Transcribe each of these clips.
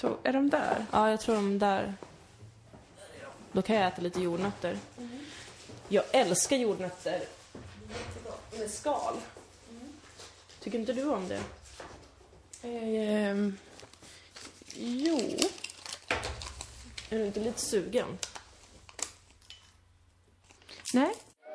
Är de där? Ja, jag tror de där. Då kan jag äta lite jordnötter. Jag älskar jordnötter. Med skal. Tycker inte du om det? Jo. Är du inte lite sugen? Nej.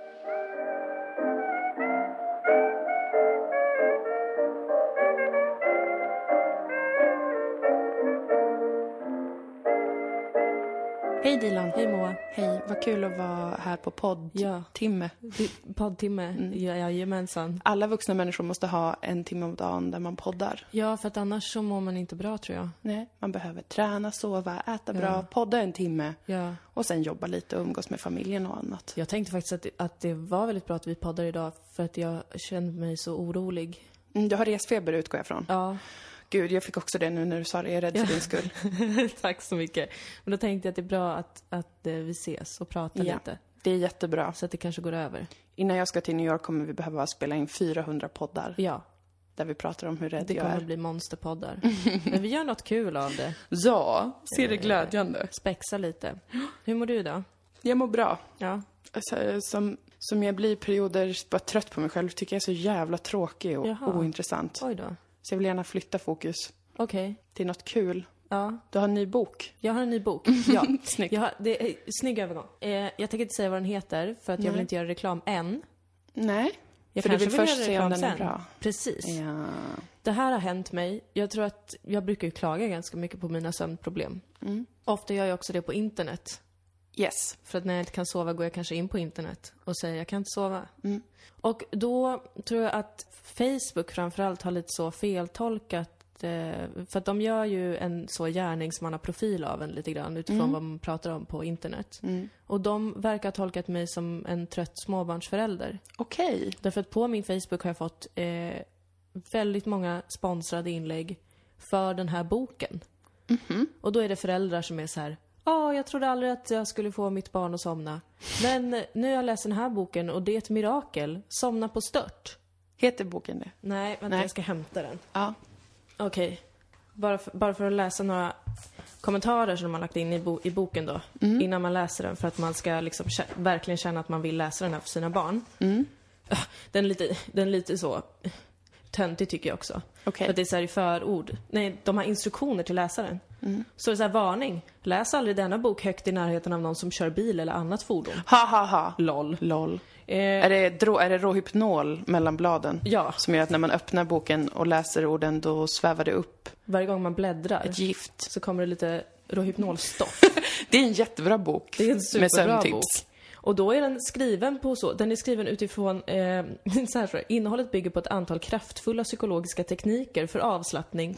Hej Dilan. Hej Moa. Hej, vad kul att vara här på poddtimme. Poddtimme, jajamensan. Alla vuxna människor måste ha en timme om dagen där man poddar. Ja, för att annars så mår man inte bra, tror jag. Nej, man behöver träna, sova, äta bra, podda en timme. Ja. Och sen jobba lite och umgås med familjen och annat. Jag tänkte faktiskt att det var väldigt bra att vi poddar idag, för att jag kände mig så orolig. Du har resfeber, utgår jag från. Ja. Gud, jag fick också det nu när du sa det. Jag är rädd för din skull. Tack så mycket. Men då tänkte jag att det är bra att vi ses och pratar lite. Det är jättebra. Så att det kanske går över. Innan jag ska till New York kommer vi behöva spela in 400 poddar. Ja. Där vi pratar om hur rädd Det jag kommer är. att bli monsterpoddar. Men vi gör något kul av det. Ja, ser det glädjande. Spexa lite. Hur mår du idag? Jag mår bra. Ja. Alltså, som jag blir perioder bara trött på mig själv, tycker jag är så jävla tråkig och ointressant. Oj då. Så jag vill gärna flytta fokus Okej. till något kul. Ja. Du har en ny bok. Jag har en ny bok. Ja. Snyggt. Det är snygg övergång. Jag tänker inte säga vad den heter, för att jag vill inte göra reklam än. Nej, Jag för du kanske vill först göra se om reklam den är sen. bra. Precis. Ja. Det här har hänt mig. Jag tror att jag brukar ju klaga ganska mycket på mina sömnproblem. Ofta gör jag också det på internet. Yes. För att när jag inte kan sova går jag kanske in på internet och säger jag kan inte sova. Och då tror jag att Facebook framförallt har lite så feltolkat. För att de gör ju en så gärningsmannaprofil av en lite grann utifrån vad man pratar om på internet. Och de verkar ha tolkat mig som en trött småbarnsförälder. Okej. Därför att på min Facebook har jag fått väldigt många sponsrade inlägg för den här boken. Och då är det föräldrar som är så här: jag trodde aldrig att jag skulle få mitt barn att somna. Men nu har jag läst den här boken och det är ett mirakel. Somna på stört. Heter boken det? Nej, vänta, jag ska hämta den. Ja. Okej. Bara för att läsa några kommentarer som de har lagt in i boken då. Innan man läser den, för att man ska liksom verkligen känna att man vill läsa den här för sina barn. Den är lite så töntig tycker jag också. Okej. För att det är så här i förord. Nej, de har instruktioner till läsaren. Så det är så här: varning. Läs aldrig denna bok högt i närheten av någon som kör bil eller annat fordon. Ha. LOL. Är det råhypnol mellan bladen? Ja. Som gör att när man öppnar boken och läser orden, då svävar det upp Varje gång man bläddrar ett gift. så kommer det lite rohypnolstoff. Det är en jättebra bok. Det är en med superbra sömntips. bok. Och då är den skriven på så. Den är skriven utifrån så här. Innehållet bygger på ett antal kraftfulla psykologiska tekniker för avslappning.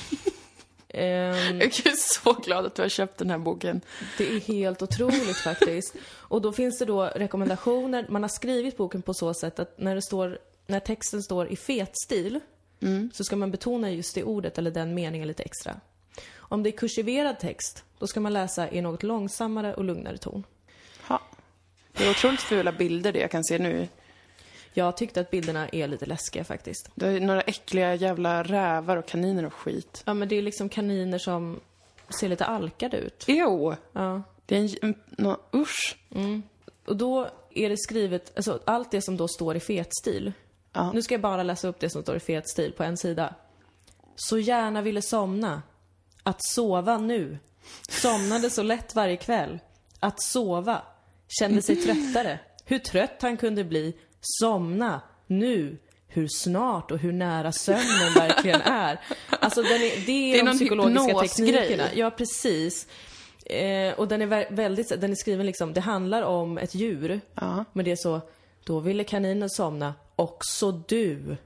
Jag är så glad att du har köpt den här boken. Det är helt otroligt faktiskt. Och då finns det då rekommendationer. Man har skrivit boken på så sätt att när texten står i fetstil så ska man betona just det ordet eller den meningen lite extra. Om det är kursiverad text, då ska man läsa i något långsammare och lugnare ton. Ha. Det är otroligt fula bilder det jag kan se nu. Jag tyckte att bilderna är lite läskiga faktiskt. Det är några äckliga jävla rävar och kaniner och skit. Ja, men det är liksom kaniner som ser lite alkade ut. Jo. Ja. Det är usch. Och då är det skrivet, alltså allt det som då står i fetstil. Ja. Nu ska jag bara läsa upp det som står i fetstil på en sida. Så gärna ville somna. Att sova nu. Somnade så lätt varje kväll. Att sova. Kände sig tröttare. Hur trött han kunde bli. Somna nu. Hur snart och hur nära sömnen verkligen är. Alltså det är de psykologiska teknikerna. Ja, precis. Och den är skriven liksom, det handlar om ett djur. Ja. Men det är så: då ville kaninen somna. Också du.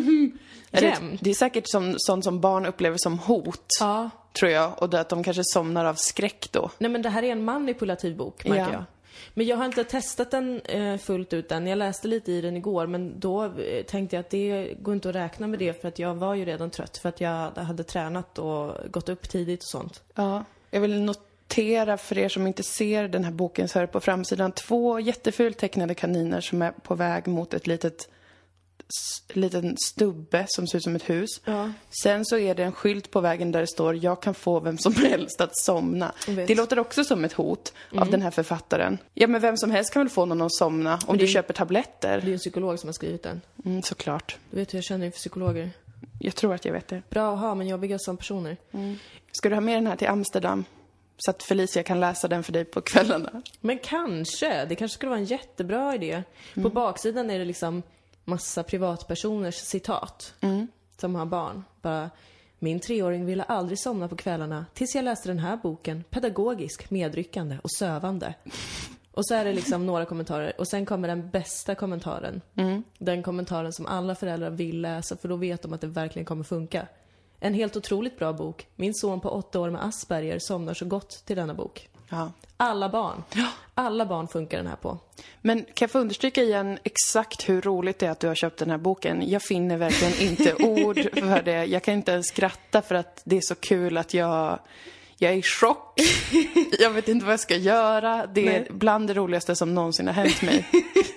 Det är säkert sånt som barn upplever som hot. Ja. Tror jag. Och att de kanske somnar av skräck då. Nej, men det här är en manipulativ bok, märker jag. Men jag har inte testat den fullt ut än. Jag läste lite i den igår, men då tänkte jag att det går inte att räkna med det, för att jag var ju redan trött, för att jag hade tränat och gått upp tidigt och sånt. Ja, jag vill notera för er som inte ser den här boken, så här på framsidan 2 jättefult tecknade kaniner som är på väg mot ett litet liten stubbe som ser ut som ett hus. Ja. Sen så är det en skylt på vägen där det står jag kan få vem som helst att somna. Det låter också som ett hot av den här författaren. Ja, men vem som helst kan väl få någon att somna om du köper tabletter. Det är en psykolog som har skrivit den. Såklart. Du vet hur jag känner inför psykologer. Jag tror att jag vet det. Bra att ha, men jobbiga som personer. Ska du ha med den här till Amsterdam? Så att Felicia kan läsa den för dig på kvällarna. Men kanske. Det kanske skulle vara en jättebra idé. På baksidan är det liksom massa privatpersoners citat. Som har barn. Bara, min 3-åring ville aldrig somna på kvällarna tills jag läste den här boken. Pedagogisk, medryckande och sövande. Och så är det liksom några kommentarer. Och sen kommer den bästa kommentaren. Den kommentaren som alla föräldrar vill läsa. För då vet de att det verkligen kommer funka. En helt otroligt bra bok. Min son på 8 år med Asperger somnar så gott till denna bok. Ja. Alla barn. Alla barn funkar den här på. Men kan jag få understryka igen exakt hur roligt det är att du har köpt den här boken? Jag finner verkligen inte ord för det. Jag kan inte ens skratta för att det är så kul att jag är i chock. Jag vet inte vad jag ska göra. Det är bland det roligaste som någonsin har hänt mig.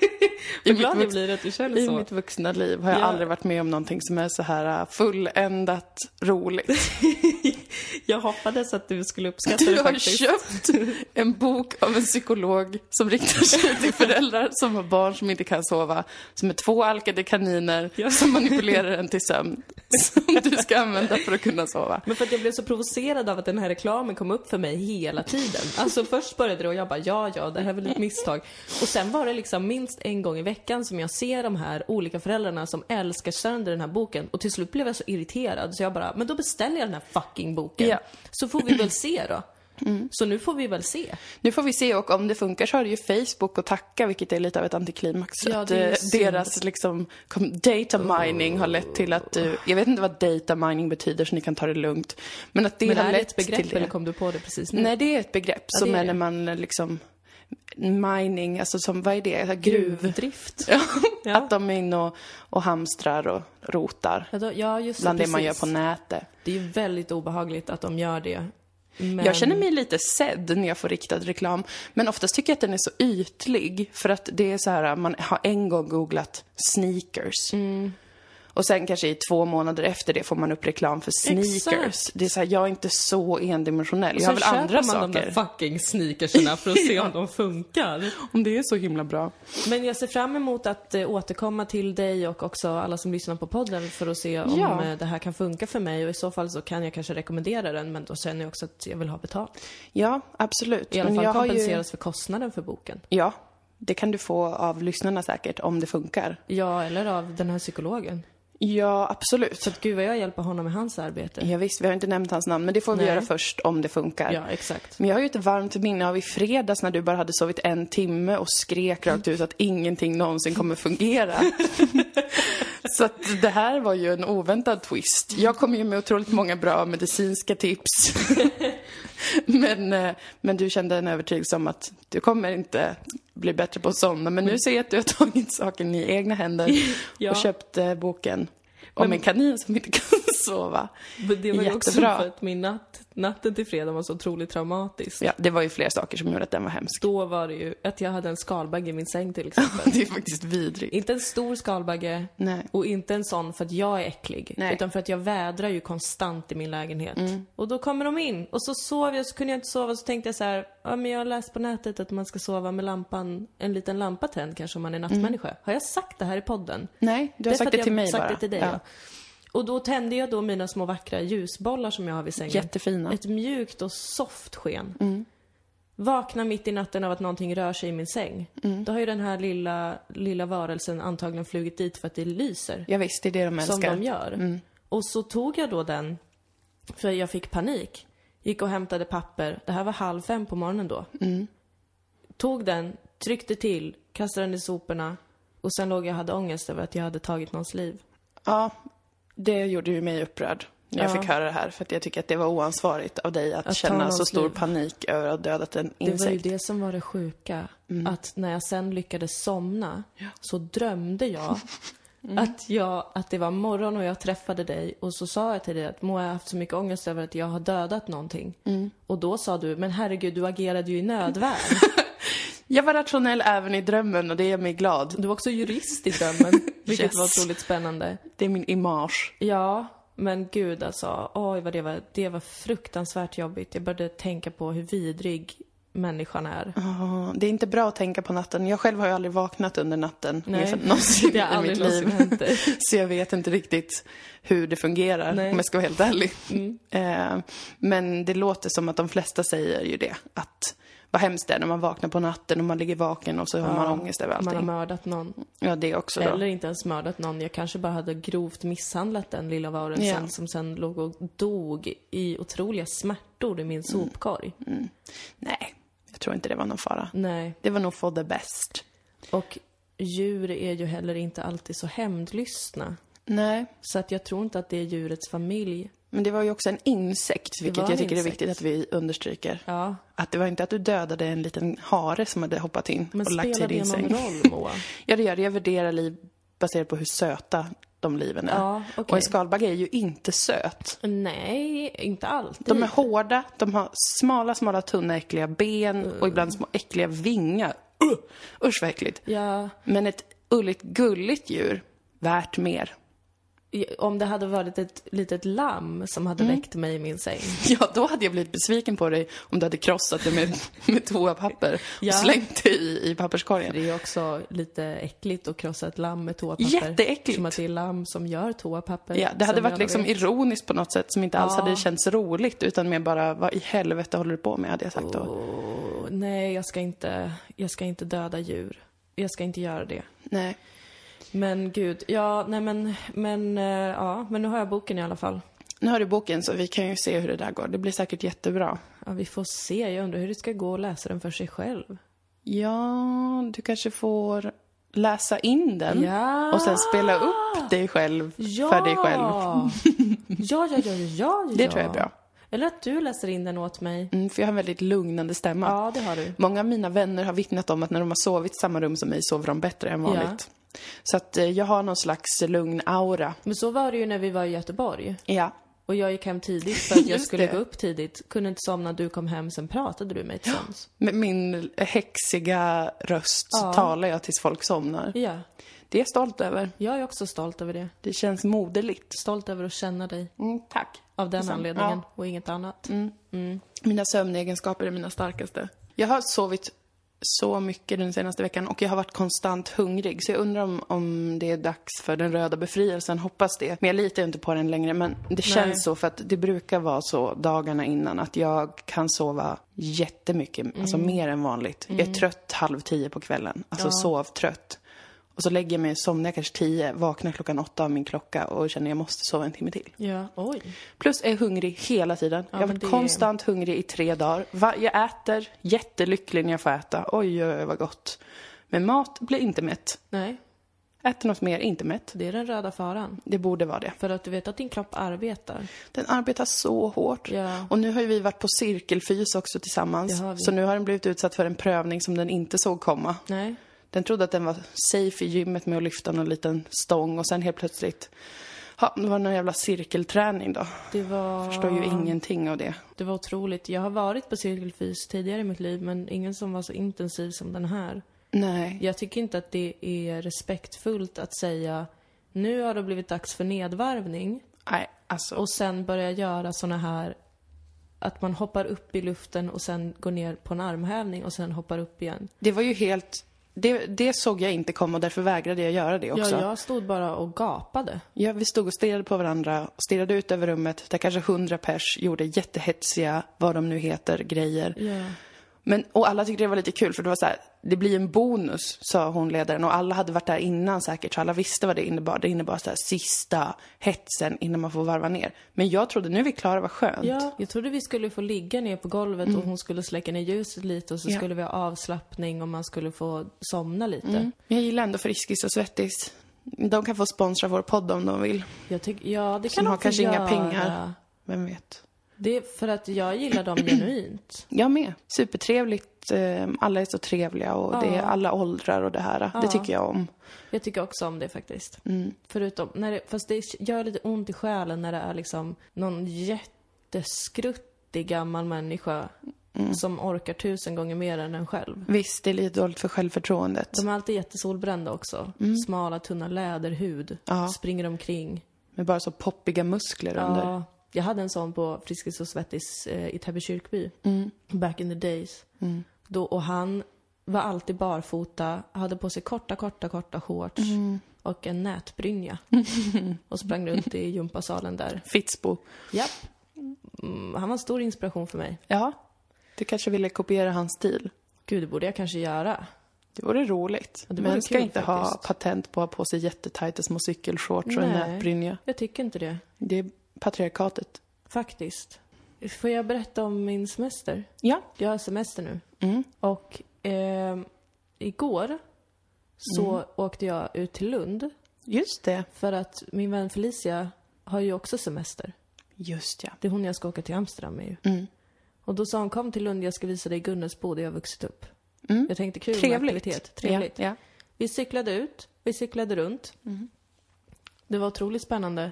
Ibland blir det att du känner så. I mitt vuxna liv har jag aldrig varit med om någonting som är så här fulländat roligt. Jag hoppades att du skulle uppskatta det faktiskt. Du har köpt en bok av en psykolog som riktar sig till föräldrar som har barn som inte kan sova. Som är 2 alkade kaniner som manipulerar en till sömn. Som du ska använda för att kunna sova. Men för att jag blev så provocerad av att den här reklamen kom upp för mig hela tiden. Alltså först började det och jag bara, ja, det här är väl ett misstag. Och sen var det liksom minst en gång i veckan som jag ser de här olika föräldrarna som älskar sönder den här boken. Och till slut blev jag så irriterad så jag bara, men då beställer jag den här fucking boken. Ja. Så får vi väl se då. Så nu får vi väl se. Nu får vi se, och om det funkar så har det ju Facebook att tacka, vilket är lite av ett antiklimax. Ja, att deras liksom data mining har lett till att jag vet inte vad data mining betyder så ni kan ta det lugnt. Men att det har lett ett begrepp till det. Eller kom du på det precis nu? Nej, det är ett begrepp som är när man liksom mining, alltså som, vad är det? Gruvdrift. Ja. Att de är inne och hamstrar och rotar. Ja, just det, bland precis. Det man gör på nätet. Det är ju väldigt obehagligt att de gör det. Men... Jag känner mig lite sedd när jag får riktad reklam. Men oftast tycker jag att den är så ytlig. För att det är så här, man har en gång googlat sneakers. Och sen kanske i 2 månader efter det får man upp reklam för sneakers. Exakt. Det är så här, jag är inte så endimensionell. Jag har väl andra saker. Man de där fucking sneakersarna för att se om de funkar. Om det är så himla bra. Men jag ser fram emot att återkomma till dig och också alla som lyssnar på podden för att se om det här kan funka för mig. Och i så fall så kan jag kanske rekommendera den, men då känner jag också att jag vill ha betalt. Ja, absolut. I alla fall kompenseras för kostnaden för boken. Ja, det kan du få av lyssnarna säkert om det funkar. Ja, eller av den här psykologen. Ja, absolut. Så att gud vad jag hjälper honom med hans arbete. Ja visst, vi har inte nämnt hans namn, men det får vi göra först om det funkar. Ja, exakt. Men jag har ju ett varmt minne av i fredags när du bara hade sovit 1 timme och skrek rakt ut att ingenting någonsin kommer fungera. Så att det här var ju en oväntad twist. Jag kom ju med otroligt många bra medicinska tips. Men du kände en övertygelse om att du kommer inte bli bättre på att somna. Men nu ser jag att du har tagit saken i egna händer och köpt boken om en kanin som inte kan sova. Men det var ju också för att min natten till fredag var så otroligt traumatisk. Ja, det var ju fler saker som gjorde att den var hemsk. Då var det ju att jag hade en skalbagge i min säng till exempel. Det är faktiskt vidrigt. Inte en stor skalbagge. Nej. Och inte en sån för att jag är äcklig. Nej. Utan för att jag vädrar ju konstant i min lägenhet. Och då kommer de in. Och så sov jag, så kunde jag inte sova. Så tänkte jag så här, ja men jag har läst på nätet att man ska sova med lampan, en liten lampa tänd kanske om man är nattmänniska. Har jag sagt det här i podden? Nej, du har sagt det till mig bara. Jag har sagt det till dig, ja. Och då tände jag då mina små vackra ljusbollar som jag har vid sängen. Jättefina. Ett mjukt och soft sken. Vakna mitt i natten av att någonting rör sig i min säng. Då har ju den här lilla varelsen antagligen flugit dit för att det lyser. Ja visst, det är det de älskar. Som de gör. Och så tog jag då den, för jag fick panik. Gick och hämtade papper. Det här var 4:30 på morgonen då. Tog den, tryckte till, kastade den i soporna. Och sen låg jag och hade ångest över att jag hade tagit någons liv. Ja, det gjorde ju mig upprörd när jag fick höra det här. För att jag tycker att det var oansvarigt av dig att känna så stor panik över att ha dödat en insekt. Det var ju det som var det sjuka. Att när jag sen lyckades somna så drömde jag att det var morgon och jag träffade dig. Och så sa jag till dig att må jag haft så mycket ångest över att jag har dödat någonting. Och då sa du, men herregud, du agerade ju i nödvärn. Jag var rationell även i drömmen och det gör mig glad. Du var också jurist i drömmen, vilket Yes. var otroligt spännande. Det är min image. Ja, men gud alltså. Oj, vad det var fruktansvärt jobbigt. Jag började tänka på hur vidrig människan är. Det är inte bra att tänka på natten. Jag själv har ju aldrig vaknat under natten. Nej, någonsin det har i aldrig mitt någonsin liv. hänt dig. Så jag vet inte riktigt hur det fungerar, Nej. om jag ska vara helt ärlig. Men det låter som att de flesta säger ju det. Att vad hemskt det är när man vaknar på natten och man ligger vaken och så har man ångest över allting. Man har mördat någon. Ja, det också då. Eller inte ens mördat någon. Jag kanske bara hade grovt misshandlat den lilla varelsen som sen låg och dog i otroliga smärtor i min sopkorg. Nej, jag tror inte det var någon fara. Nej. Det var nog for the best. Och djur är ju heller inte alltid så hämndlystna. Nej, Så att jag tror inte att det är djurets familj. men det var ju också en insekt, vilket var jag en tycker är insekt. viktigt att vi understryker. Ja. Att det var inte att du dödade en liten hare som hade hoppat in Men och lagt sig spelar i din det säng. någon roll, Moa? Ja, det gör det. Jag värderar liv baserat på hur söta de liven är. Ja, okej. Och en skalbagge är ju inte söt. Nej, inte alltid. De är hårda, de har smala, tunna, äckliga ben och ibland små äckliga vingar. Usch vad äckligt. Ja, Men ett ulligt, gulligt djur, värt mer. om det hade varit ett litet lamm som hade väckt mig i min säng. Ja, då hade jag blivit besviken på dig om du hade krossat det med toapapper Ja. och slängt det i papperskorgen. Det är också lite äckligt att krossa ett lamm med toapapper. Jätteäckligt. Som att det är lamm som gör toapapper. Ja, det hade som varit alla liksom vet. ironiskt på något sätt som inte alls Ja. hade känts roligt utan mer bara, vad i helvete håller du på med, hade jag sagt då. Nej, jag ska inte döda djur. Jag ska inte göra det. Nej. Men gud, ja, nej men nu har jag boken i alla fall. Nu har du boken så vi kan ju se hur det där går. Det blir säkert jättebra. Ja, vi får se. Jag undrar hur det ska gå att läsa den för sig själv. Ja, du kanske får läsa in den Ja. och sen spela upp dig själv för dig själv. Ja. Det tror jag är bra. Eller att du läser in den åt mig. För jag har en väldigt lugnande stämma. Ja, det har du. Många av mina vänner har vittnat om att när de har sovit i samma rum som mig sover de bättre än vanligt. Så att jag har någon slags lugn aura. Men så var det ju när vi var i Göteborg. Ja. Och jag gick hem tidigt för att jag Just skulle det. gå upp tidigt. Kunde inte somna, du kom hem, sen pratade du mig till sömns. Med min häxiga röst Ja. talar jag tills folk somnar. Ja, Det är jag stolt över. jag är också stolt över det. Det känns moderligt. Stolt över att känna dig. Tack. Av den Detsamma. anledningen Ja. och inget annat. Mina sömnegenskaper är mina starkaste. Jag har sovit så mycket den senaste veckan och jag har varit konstant hungrig. Så jag undrar om det är dags för den röda befrielsen. Hoppas det. Men jag litar ju inte på den längre. Men det känns så för att det brukar vara så dagarna innan att jag kan sova jättemycket. Alltså mer än vanligt. Jag är trött 9:30 på kvällen. Alltså sovtrött. Och så lägger jag mig och somnar jag kanske 10, vaknar 8:00 av min klocka och känner att jag måste sova en timme till. Ja, oj. Plus är hungrig hela tiden. Jag har men varit det- konstant hungrig i 3 dagar. Jag äter, jättelycklig när jag får äta. Oj, vad gott. Men mat blir inte mätt. Nej, Äter något mer, inte mätt. det är den röda faran. Det borde vara det. För att du vet att din kropp arbetar. Den arbetar så hårt. Ja. Och nu har ju vi varit på cirkelfys också tillsammans. Det har vi. Så nu har den blivit utsatt för en prövning som den inte såg komma. Nej. Den trodde att den var safe i gymmet med att lyfta någon liten stång och sen helt plötsligt, ja, det var någon jävla cirkelträning då. Det var... Jag förstår ju ingenting av det. Det var otroligt. Jag har varit på cirkelfys tidigare i mitt liv, men ingen som var så intensiv som den här. Nej. Jag tycker inte att det är respektfullt att säga nu har det blivit dags för nedvarvning Nej, alltså. och sen börja göra såna här att man hoppar upp i luften och sen går ner på en armhävning och sen hoppar upp igen. Det var ju helt... Det såg jag inte komma och därför vägrade jag göra det också. Ja, jag stod bara och gapade. Ja, vi stod och stirrade på varandra och stirrade ut över rummet där kanske 100 pers gjorde jättehetsiga, vad de nu heter, grejer. Ja. Men, och alla tyckte det var lite kul för det var så här, det blir en bonus, sa hon ledaren. Och alla hade varit där innan säkert, så alla visste vad det innebar. Det innebar så här sista hetsen innan man får varva ner. Men jag trodde, nu är vi klara, vad skönt. Ja, jag trodde vi skulle få ligga ner på golvet och hon skulle släcka ner ljuset lite och så Ja. skulle vi ha avslappning och man skulle få somna lite. Men jag gillar ändå Friskis och Svettis. De kan få sponsra vår podd om de vill. Jag tycker, ja, det Som kan har också kanske göra. inga pengar. Vem vet. Det är för att jag gillar dem genuint. Jag med. Supertrevligt. Alla är så trevliga och det är alla åldrar och det här. Det tycker jag om. Jag tycker också om det faktiskt. Förutom, fast det gör lite ont i själen när det är liksom någon jätteskruttig gammal människa som orkar 1000 gånger mer än en själv. Visst, det är lite dåligt för självförtroendet. De är alltid jättesolbrända också. Smala, tunna läderhud. Springer omkring. Med bara så poppiga muskler under. Jag hade en sån på Friskis och Svettis i Täby kyrkby. Back in the days. Och han var alltid barfota. Hade på sig korta shorts. Och en nätbrynja. Och sprang runt i gympasalen där. Fitzbo. Japp. Han var en stor inspiration för mig. Ja, du kanske ville kopiera hans stil. Gud, det borde jag kanske göra. Det vore roligt. Ja, det vore men ska kul, inte faktiskt. ha patent på att ha på sig jättetajta små cykelshorts och en nätbrynja. Jag tycker inte det. Det är patriarkatet. Faktiskt. Får jag berätta om min semester? Ja. Jag har semester nu. Och igår så åkte jag ut till Lund. Just det. För att min vän Felicia har ju också semester. Just ja. Det är hon jag ska åka till Amsterdam med ju. Och då sa hon, kom till Lund, jag ska visa dig Gunnesbo där jag har vuxit upp. Jag tänkte kul med aktivitet. Trevligt. Ja. Vi cyklade ut, vi cyklade runt. Det var otroligt spännande.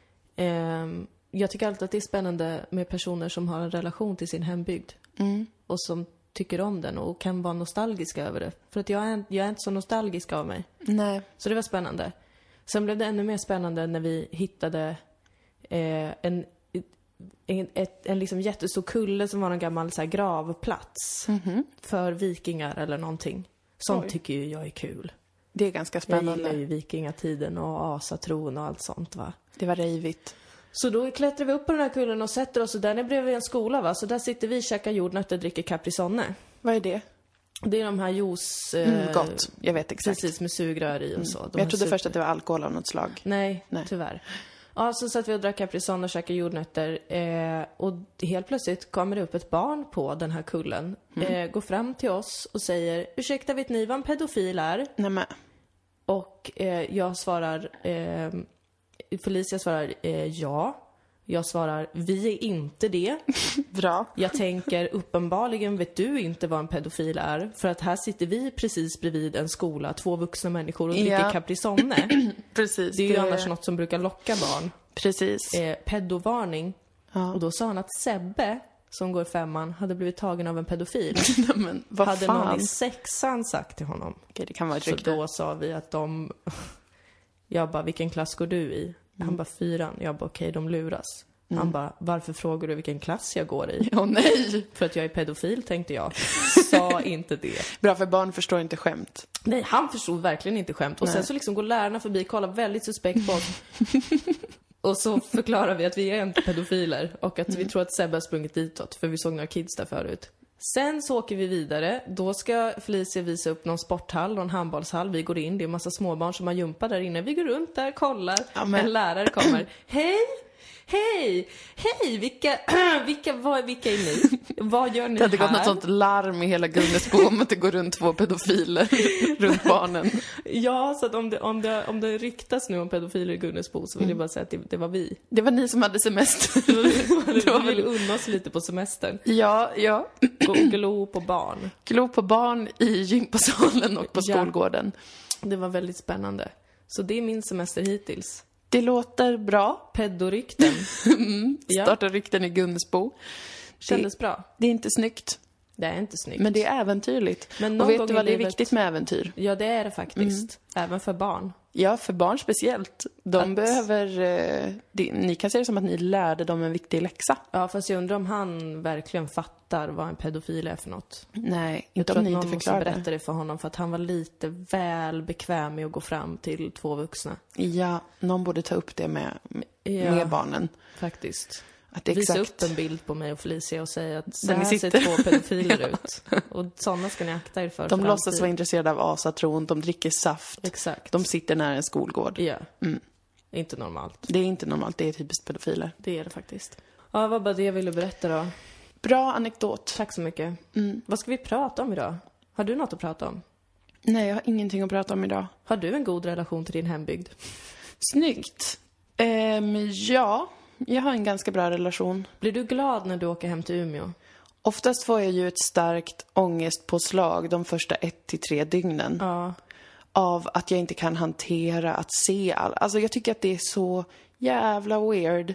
Jag tycker alltid att det är spännande med personer som har en relation till sin hembygd. Och som tycker om den och kan vara nostalgiska över det. För att jag är inte så nostalgisk av mig. Nej. Så det var spännande. Sen blev det ännu mer spännande när vi hittade en liksom jättestor kulle som var en gammal så här, gravplats för vikingar eller någonting. Sånt tycker ju jag är kul. Det är ganska Jag spännande. gillar ju vikingatiden och asatron och allt sånt, va. Det var rejvigt. Så då klättrar vi upp på den här kullen och sätter oss, och där är bredvid en skola, va. Så där sitter vi, käkar jordnötter och dricker Capri-Sonne. Vad är det? Det är de här juice... Gott. Jag vet exakt. Precis, med sugrör i och så. Jag trodde först att det var alkohol av något slag. Nej, tyvärr. Ja, så satt vi och drack Capri-Sonne och käkade jordnötter. Och helt plötsligt kommer det upp ett barn på den här kullen. Går fram till oss och säger, ursäkta, vet ni vad en pedofil är? Nämen. Och jag svarar... Felicia svarar ja. Jag svarar, vi är inte det. Bra. Jag tänker, uppenbarligen vet du inte vad en pedofil är. För att här sitter vi precis bredvid en skola, 2 vuxna människor och dricker Capri-Sonne. Precis. Det är ju annars något som brukar locka barn. Precis. Pedovarning. Ja. Och då sa han att Sebbe, som går 5:an, hade blivit tagen av en pedofil. Men vad hade fan? någon i 6:an sagt till honom. Okej, det kan vara ett Så rykte. då sa vi att de... Jag bara, vilken klass går du i? Han bara, 4:an. Jag bara, okej, de luras. Han bara, varför frågar du vilken klass jag går i? Åh nej! För att jag är pedofil, tänkte jag. Sa inte det. Bra, för barn förstår inte skämt. Nej, han förstod verkligen inte skämt. Och sen så liksom går lärarna förbi, kollar väldigt suspekt på oss. Och så förklarar vi att vi är inte pedofiler. Och att vi tror att Sebbe har sprungit ditåt. För vi såg några kids där förut. Sen så åker vi vidare. Då ska Felicia visa upp någon sporthall, någon handbollshall. Vi går in, det är en massa småbarn som har jumpat där inne. Vi går runt där, kollar. Ja, men... En lärare kommer. Hej, vilka är ni? Vad gör ni Det hade här? gått något sånt larm i hela Gunnesbo om att det går runt 2 pedofiler runt barnen. Ja, så att om det ryktas nu om pedofiler i Gunnesbo så vill jag bara säga att det var vi. Det var ni som hade semester. Vi ville unna oss lite på semestern. Ja. Glo på barn. Glo på barn i gympasalen och på skolgården. Det var väldigt spännande. Så det är min semester hittills. Det låter bra. Pedorykten. Starta rykten i Gunnesbo. Kändes bra. Det är inte snyggt. Det är inte snyggt. Men det är äventyrligt. Men och vet du vad det är viktigt med äventyr? Ja, det är det faktiskt. Även för barn. Ja, för barn speciellt. De behöver... ni kan se det som att ni lärde dem en viktig läxa. Ja, fast jag undrar om han verkligen fattar vad en pedofil är för något. Nej, inte om ni inte förklarar det. Jag tror att någon måste berätta det för honom för att han var lite väl bekväm med att gå fram till 2 vuxna. Ja, någon borde ta upp det med barnen. Faktiskt. Att det visa exakt... upp en bild på mig och Felicia och säga att där här ser 2 pedofiler ut. Och sådana ska ni akta er för. De låtsas vara intresserade av asatron, de dricker saft. Exakt. De sitter nära en skolgård. Ja. Inte normalt. Det är inte normalt, det är typiskt pedofiler. Det är det faktiskt. Ja, vad var det jag ville berätta då? Bra anekdot. Tack så mycket. Vad ska vi prata om idag? Har du något att prata om? Nej, jag har ingenting att prata om idag. Har du en god relation till din hembygd? Snyggt. Ja, jag har en ganska bra relation. Blir du glad när du åker hem till Umeå? Oftast får jag ju ett starkt ångestpåslag de första 1-3 dygnen. Ja. Av att jag inte kan hantera att se Alltså jag tycker att det är så jävla weird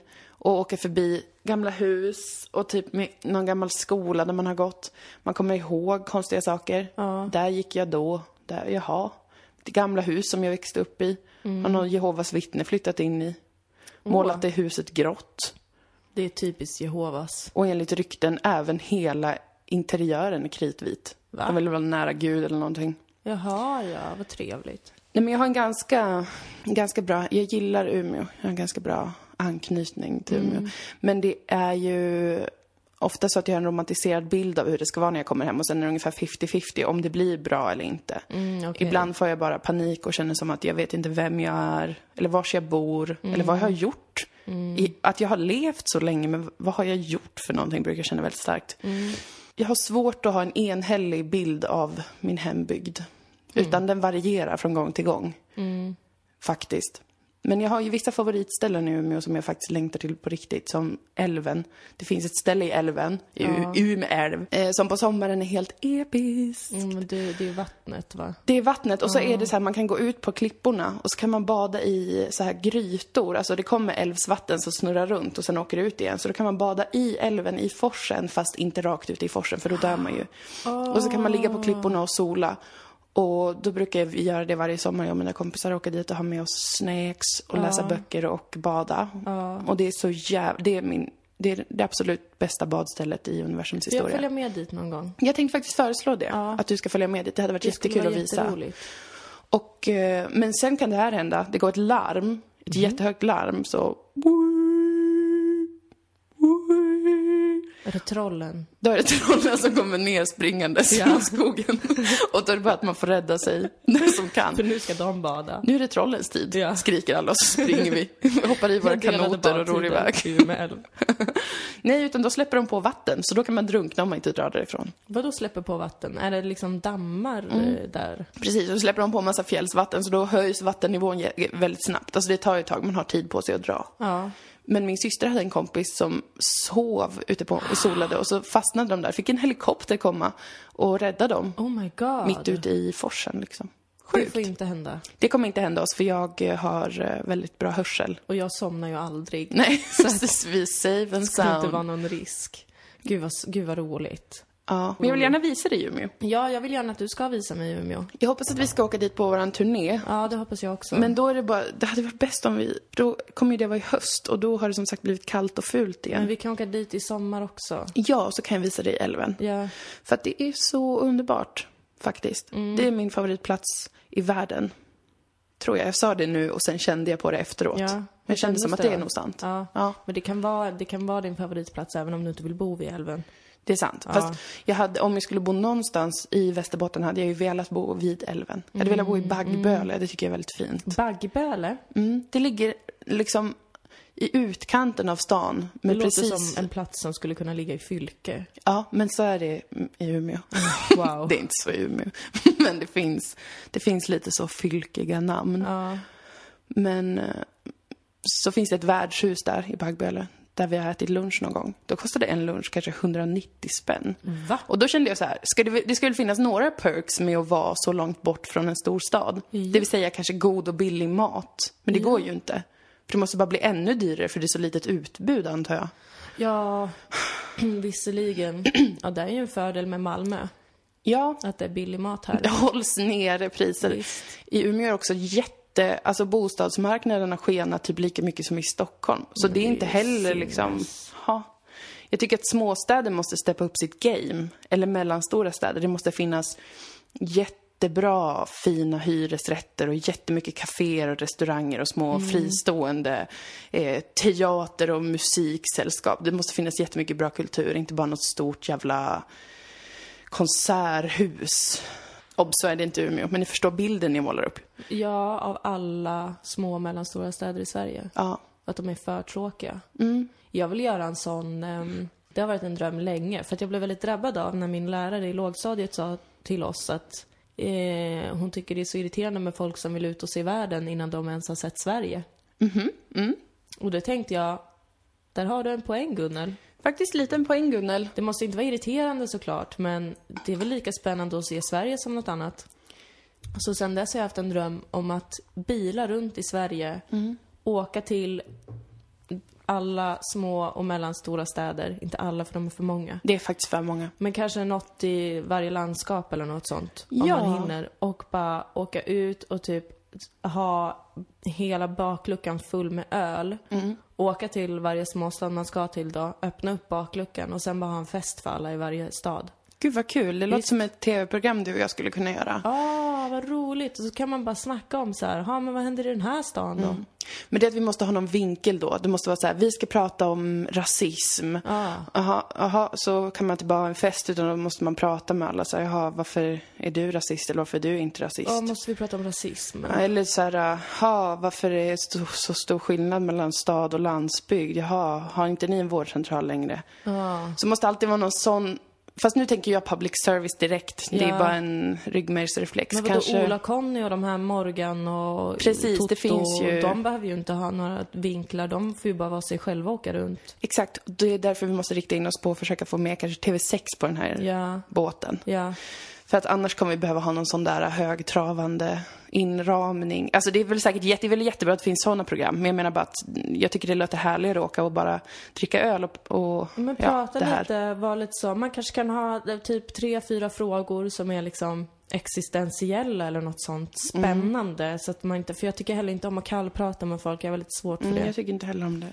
och åka förbi gamla hus och typ med någon gammal skola där man har gått. Man kommer ihåg konstiga saker. Ja. Där gick jag då. Där, jaha. Det gamla hus som jag växte upp i. Har någon Jehovas vittne flyttat in i. Målat det huset grått. Det är typiskt Jehovas. Och enligt rykten även hela interiören är kritvit. Va? De vill vara nära Gud eller någonting. Jaha, ja, vad trevligt. Nej, men jag har en ganska bra, jag gillar Umeå. Jag har en ganska bra anknytning till Umeå. Men det är ju ofta så att jag har en romantiserad bild av hur det ska vara när jag kommer hem. Och sen är det ungefär 50-50 om det blir bra eller inte. Okay. Ibland får jag bara panik och känner som att jag vet inte vem jag är. Eller var jag bor. Eller vad jag har gjort. Att jag har levt så länge, men vad har jag gjort för någonting brukar jag känna väldigt starkt. Jag har svårt att ha en enhällig bild av min hembygd. Utan den varierar från gång till gång. Faktiskt. Men jag har ju vissa favoritställen i Umeå som jag faktiskt längtar till på riktigt. Som älven. Det finns ett ställe i älven, Umeälv, som på sommaren är helt episkt. Men det är vattnet, va? Det är vattnet och så är det så här, man kan gå ut på klipporna och så kan man bada i så här grytor. Alltså det kommer älvsvatten som snurrar runt och sen åker det ut igen. Så då kan man bada i älven, i forsen, fast inte rakt ut i forsen för då dör man ju. Och så kan man ligga på klipporna och sola. Och då brukar vi göra det varje sommar. Jag och mina kompisar åker dit och har med oss snacks och läsa böcker och bada. Och det är så det är det absolut bästa badstället i universums historia. Jag följer med dit någon gång. Jag tänkte faktiskt föreslå det. Att du ska följa med dit. Det hade varit jättekul att visa. Och, men sen kan det här hända. Det går ett larm. Ett jättehögt larm. Så... Är det trollen? Då är det trollen som kommer ner springandes genom skogen. Och då är det bara att man får rädda sig när som kan. För nu ska de bada. Nu är det trollens tid, skriker alla och så springer vi. Hoppar i våra kanoter och ror iväg. Nej, utan då släpper de på vatten. Så då kan man drunkna om man inte drar därifrån. Vad då släpper på vatten? Är det liksom dammar där? Precis, och så släpper de på en massa fjällsvatten. Så då höjs vattennivån väldigt snabbt. Alltså det tar ju ett tag, man har tid på sig att dra. Ja. Men min syster hade en kompis som sov ute på och solade och så fastnade de där. Fick en helikopter komma och rädda dem. Oh my god. Mitt ute i forsen liksom. Sjukt. Det får inte hända. Det kommer inte hända oss för jag har väldigt bra hörsel. Och jag somnar ju aldrig. Nej, så vi save and sound. Det ska inte vara någon risk. Gud vad roligt. Ja, men jag vill gärna visa dig i Umeå. Ja, jag vill gärna att du ska visa mig i Umeå. Jag hoppas att vi ska åka dit på våran turné. Ja, det hoppas jag också. Men då är det hade varit bäst om då kommer ju det vara i höst och då har det som sagt blivit kallt och fult igen. Men vi kan åka dit i sommar också. Ja, så kan jag visa dig älven. Ja. För att det är så underbart, faktiskt. Det är min favoritplats i världen. Tror jag. Jag sa det nu och sen kände jag på det efteråt. Ja. Men jag kände som att det är nog sant. Ja. Men det kan vara din favoritplats även om du inte vill bo vid älven. Det är sant. Fast om jag skulle bo någonstans i Västerbotten hade jag ju velat bo vid älven. Jag hade velat bo i Baggböle, det tycker jag är väldigt fint. Baggböle? Det ligger liksom i utkanten av stan. Det låter som en plats som skulle kunna ligga i Fylke. Ja, men så är det i Umeå. Wow. Det är inte så i Umeå. Men det finns lite så fylkiga namn. Ja. Men så finns det ett värdshus där i Baggböle. Där vi har ätit lunch någon gång. Då kostade en lunch kanske 190 spänn. Va? Och då kände jag så här, det skulle finnas några perks med att vara så långt bort från en stor stad. Det vill säga kanske god och billig mat. Men det går ju inte. För det måste bara bli ännu dyrare för det är så litet utbud, antar jag. Ja, visserligen. Ja, det är ju en fördel med Malmö. Ja. Att det är billig mat här. Det hålls nere priser. Visst. I Umeå är också alltså bostadsmarknaden har skenat typ lika mycket som i Stockholm. Så det är inte heller liksom... Jag tycker att småstäder måste steppa upp sitt game. Eller mellanstora städer. Det måste finnas jättebra, fina hyresrätter och jättemycket kaféer och restauranger och små fristående teater- och musiksällskap. Det måste finnas jättemycket bra kultur, inte bara något stort jävla konserthus. Så är det inte Umeå, men ni förstår bilden ni målar upp. Ja, av alla små och mellanstora städer i Sverige. Ja. Att de är för tråkiga. Jag vill göra en sån... det har varit en dröm länge. För att jag blev väldigt drabbad av när min lärare i lågstadiet sa till oss att hon tycker det är så irriterande med folk som vill ut och se världen innan de ens har sett Sverige. Och då tänkte jag, där har du en poäng, Gunnel. Faktiskt liten poäng, Gunnel. Det måste inte vara irriterande såklart, men det är väl lika spännande att se Sverige som något annat. Så sen dess har jag haft en dröm om att bila runt i Sverige, åka till alla små och mellanstora städer. Inte alla, för de är för många. Det är faktiskt för många. Men kanske något i varje landskap eller något sånt. Om Ja. man hinner. Och bara åka ut och typ ha hela bakluckan full med öl. Åka till varje småstad man ska till då. Öppna upp bakluckan och sen bara ha en fest för alla i varje stad. Gud vad kul. Det låter som ett tv-program du och jag skulle kunna göra. Vad roligt. Och så kan man bara snacka om så här, men vad händer i den här stan då? Men det är att vi måste ha någon vinkel då. Det måste vara så här, vi ska prata om rasism. Aha, så kan man inte bara ha en fest, utan då måste man prata med alla. Så här, jaha, varför är du rasist eller varför är du inte rasist? Måste vi prata om rasism? Eller så här, varför är det så stor skillnad mellan stad och landsbygd? Jaha, har inte ni en vårdcentral längre? Så måste alltid vara någon sån. Fast nu tänker jag public service direkt. Det är bara en ryggmärgsreflex. Men vadå, Ola-Conny och de här Morgan och precis, Toto, det finns ju. De behöver ju inte ha några vinklar. De får ju bara vara sig själva och åka runt. Exakt. Det är därför vi måste rikta in oss på att försöka få med kanske TV6 på den här båten. Ja. För att annars kommer vi behöva ha någon sån där högtravande inramning. Alltså det är väl säkert jättebra att det finns sådana program. Men jag menar bara att jag tycker det låter härligare att åka och bara dricka öl och men prata lite, var lite så. Man kanske kan ha typ 3-4 frågor som är liksom existentiella eller något sånt spännande. Så att man inte, för jag tycker heller inte om att kallprata med folk. Jag har väldigt svårt för det. Jag tycker inte heller om det.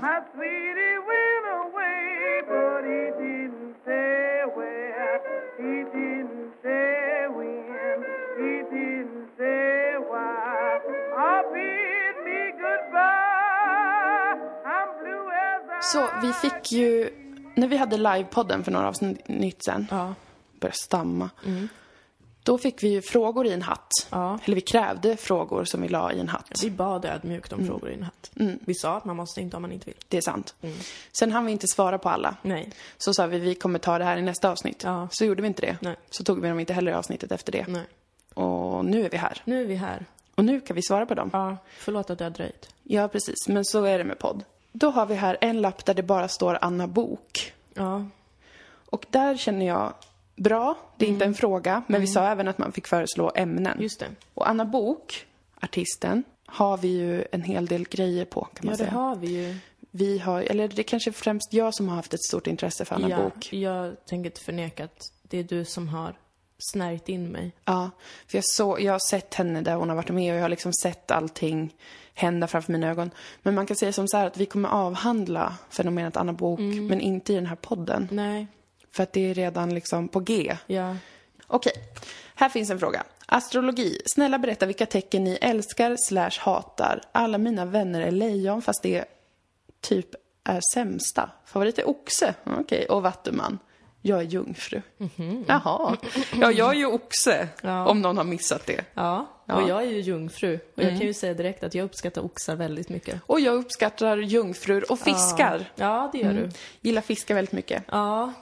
Så vi fick ju, när vi hade livepodden för några avsnitt sen, började stamma. Då fick vi ju frågor i en hatt. Eller vi krävde frågor som vi la i en hatt. Vi bad ödmjukt om frågor i en hatt. Vi sa att man måste inte om man inte vill. Det är sant. Sen hann vi inte svara på alla. Nej. Så sa vi kommer ta det här i nästa avsnitt. Så gjorde vi inte det. Nej. Så tog vi dem inte heller i avsnittet efter det. Nej. Och nu är vi här. Nu är vi här. Och nu kan vi svara på dem. Ja, förlåt att det har dröjt. Ja, precis. Men så är det med podd. Då har vi här en lapp där det bara står Anna Bok. Ja. Och där känner jag, bra, det är inte en fråga. Men vi sa även att man fick föreslå ämnen. Just det. Och Anna Bok, artisten, har vi ju en hel del grejer på, kan man säga. Ja, det har vi ju. Vi har, eller det är kanske främst jag som har haft ett stort intresse för Anna Bok. Jag tänker inte förneka att det är du som har snärjt in mig. Ja, för jag har sett henne där hon har varit med och jag har liksom sett allting hända framför mina ögon. Men man kan säga som så här att vi kommer avhandla fenomenet Anna Bok, men inte i den här podden. Nej. För att det är redan liksom på G. Ja. Okej, här finns en fråga. Astrologi. Snälla berätta vilka tecken ni älskar/hatar. Alla mina vänner är lejon fast det typ är sämsta. Favorit är oxe. Okej, och vattuman. Jag är jungfru. Jaha. Ja, jag är ju oxe. Om någon har missat det. Ja, och jag är ju jungfru. Och jag kan ju säga direkt att jag uppskattar oxar väldigt mycket. Och jag uppskattar jungfrur och fiskar. Ja, det gör du. Gillar fiskar väldigt mycket. Ja.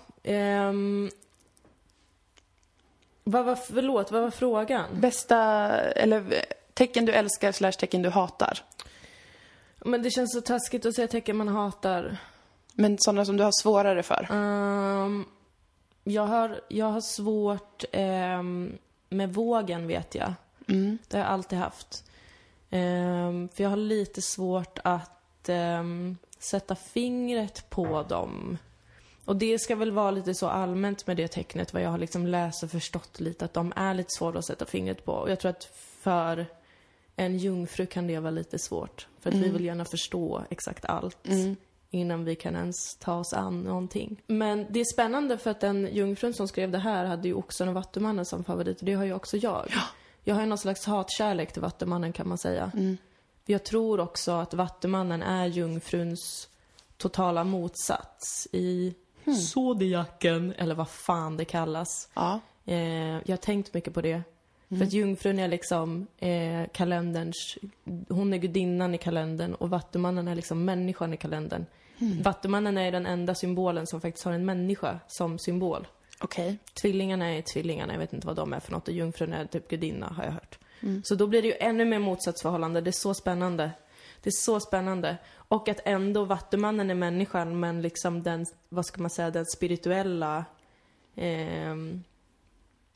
Vad var frågan? Bästa, eller tecken du älskar/tecken du hatar. Men det känns så taskigt att säga tecken man hatar. Men sådana som du har svårare för. Jag har svårt med vågen, vet jag. Det har jag alltid haft. För jag har lite svårt att sätta fingret på dem. Och det ska väl vara lite så allmänt med det tecknet, vad jag har liksom läst och förstått lite, att de är lite svåra att sätta fingret på. Och jag tror att för en jungfru kan det vara lite svårt. För att vi vill gärna förstå exakt allt innan vi kan ens ta oss an någonting. Men det är spännande för att den jungfrun som skrev det här hade ju Oxen och Vattumannen som favorit. Och det har ju också jag. Ja. Jag har ju någon slags hatkärlek till Vattumannen, kan man säga. Jag tror också att Vattumannen är jungfruns totala motsats i zodiaken, eller vad fan det kallas. Ja. Jag har tänkt mycket på det. För att jungfrun är liksom kalenderns, hon är gudinnan i kalendern, och Vattumannen är liksom människan i kalendern. Vattumannen är den enda symbolen som faktiskt har en människa som symbol. Okej. Tvillingarna är tvillingarna, jag vet inte vad de är för något, och jungfrun är typ gudinna, har jag hört. Så då blir det ju ännu mer motsatsförhållande. Det är så spännande. Det är så spännande. Och att ändå Vattumannen är människan, men liksom den, vad ska man säga, den spirituella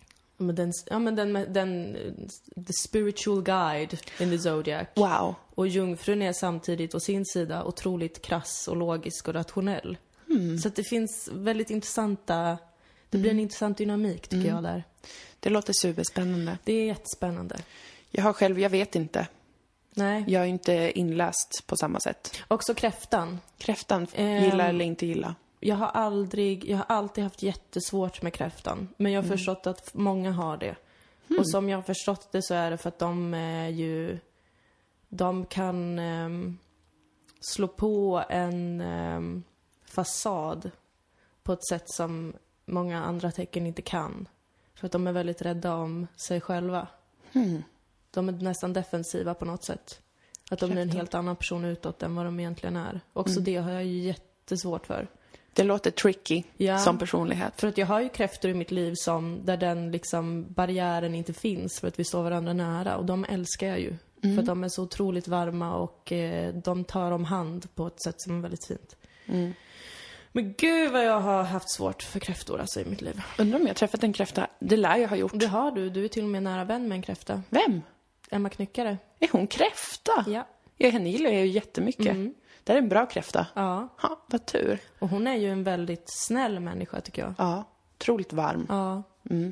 the spiritual guide in the zodiac. Wow. Och jungfrun är samtidigt å sin sida otroligt krass och logisk och rationell. Så att det finns väldigt intressanta, det blir en intressant dynamik tycker jag där. Det låter superspännande. Det är jättespännande. Jag vet inte. Nej. Jag är inte inläst på samma sätt. Också kräftan. Kräftan, gilla eller inte gilla? Jag har alltid haft jättesvårt med kräftan. Men jag har förstått att många har det. Och som jag har förstått det så är det för att de kan slå på en fasad på ett sätt som många andra tecken inte kan. För att de är väldigt rädda om sig själva. De är nästan defensiva på något sätt. Att de blir en helt annan person utåt än vad de egentligen är. Också det har jag ju jättesvårt för. Det låter tricky som personlighet. För att jag har ju kräftor i mitt liv där den liksom barriären inte finns för att vi står varandra nära. Och de älskar jag ju. För att de är så otroligt varma och de tar om hand på ett sätt som är väldigt fint. Men gud vad jag har haft svårt för kräftor alltså i mitt liv. Undrar om jag har träffat en kräfta. Det lär jag ha gjort. Det har du. Du är till och med nära vän med en kräfta. Vem? Emma Knyckare. Är hon kräfta? Ja. Ja, henne gillar jag ju jättemycket. Det är en bra kräfta. Ja. Ja, vad tur. Och hon är ju en väldigt snäll människa tycker jag. Ja, otroligt varm. Ja.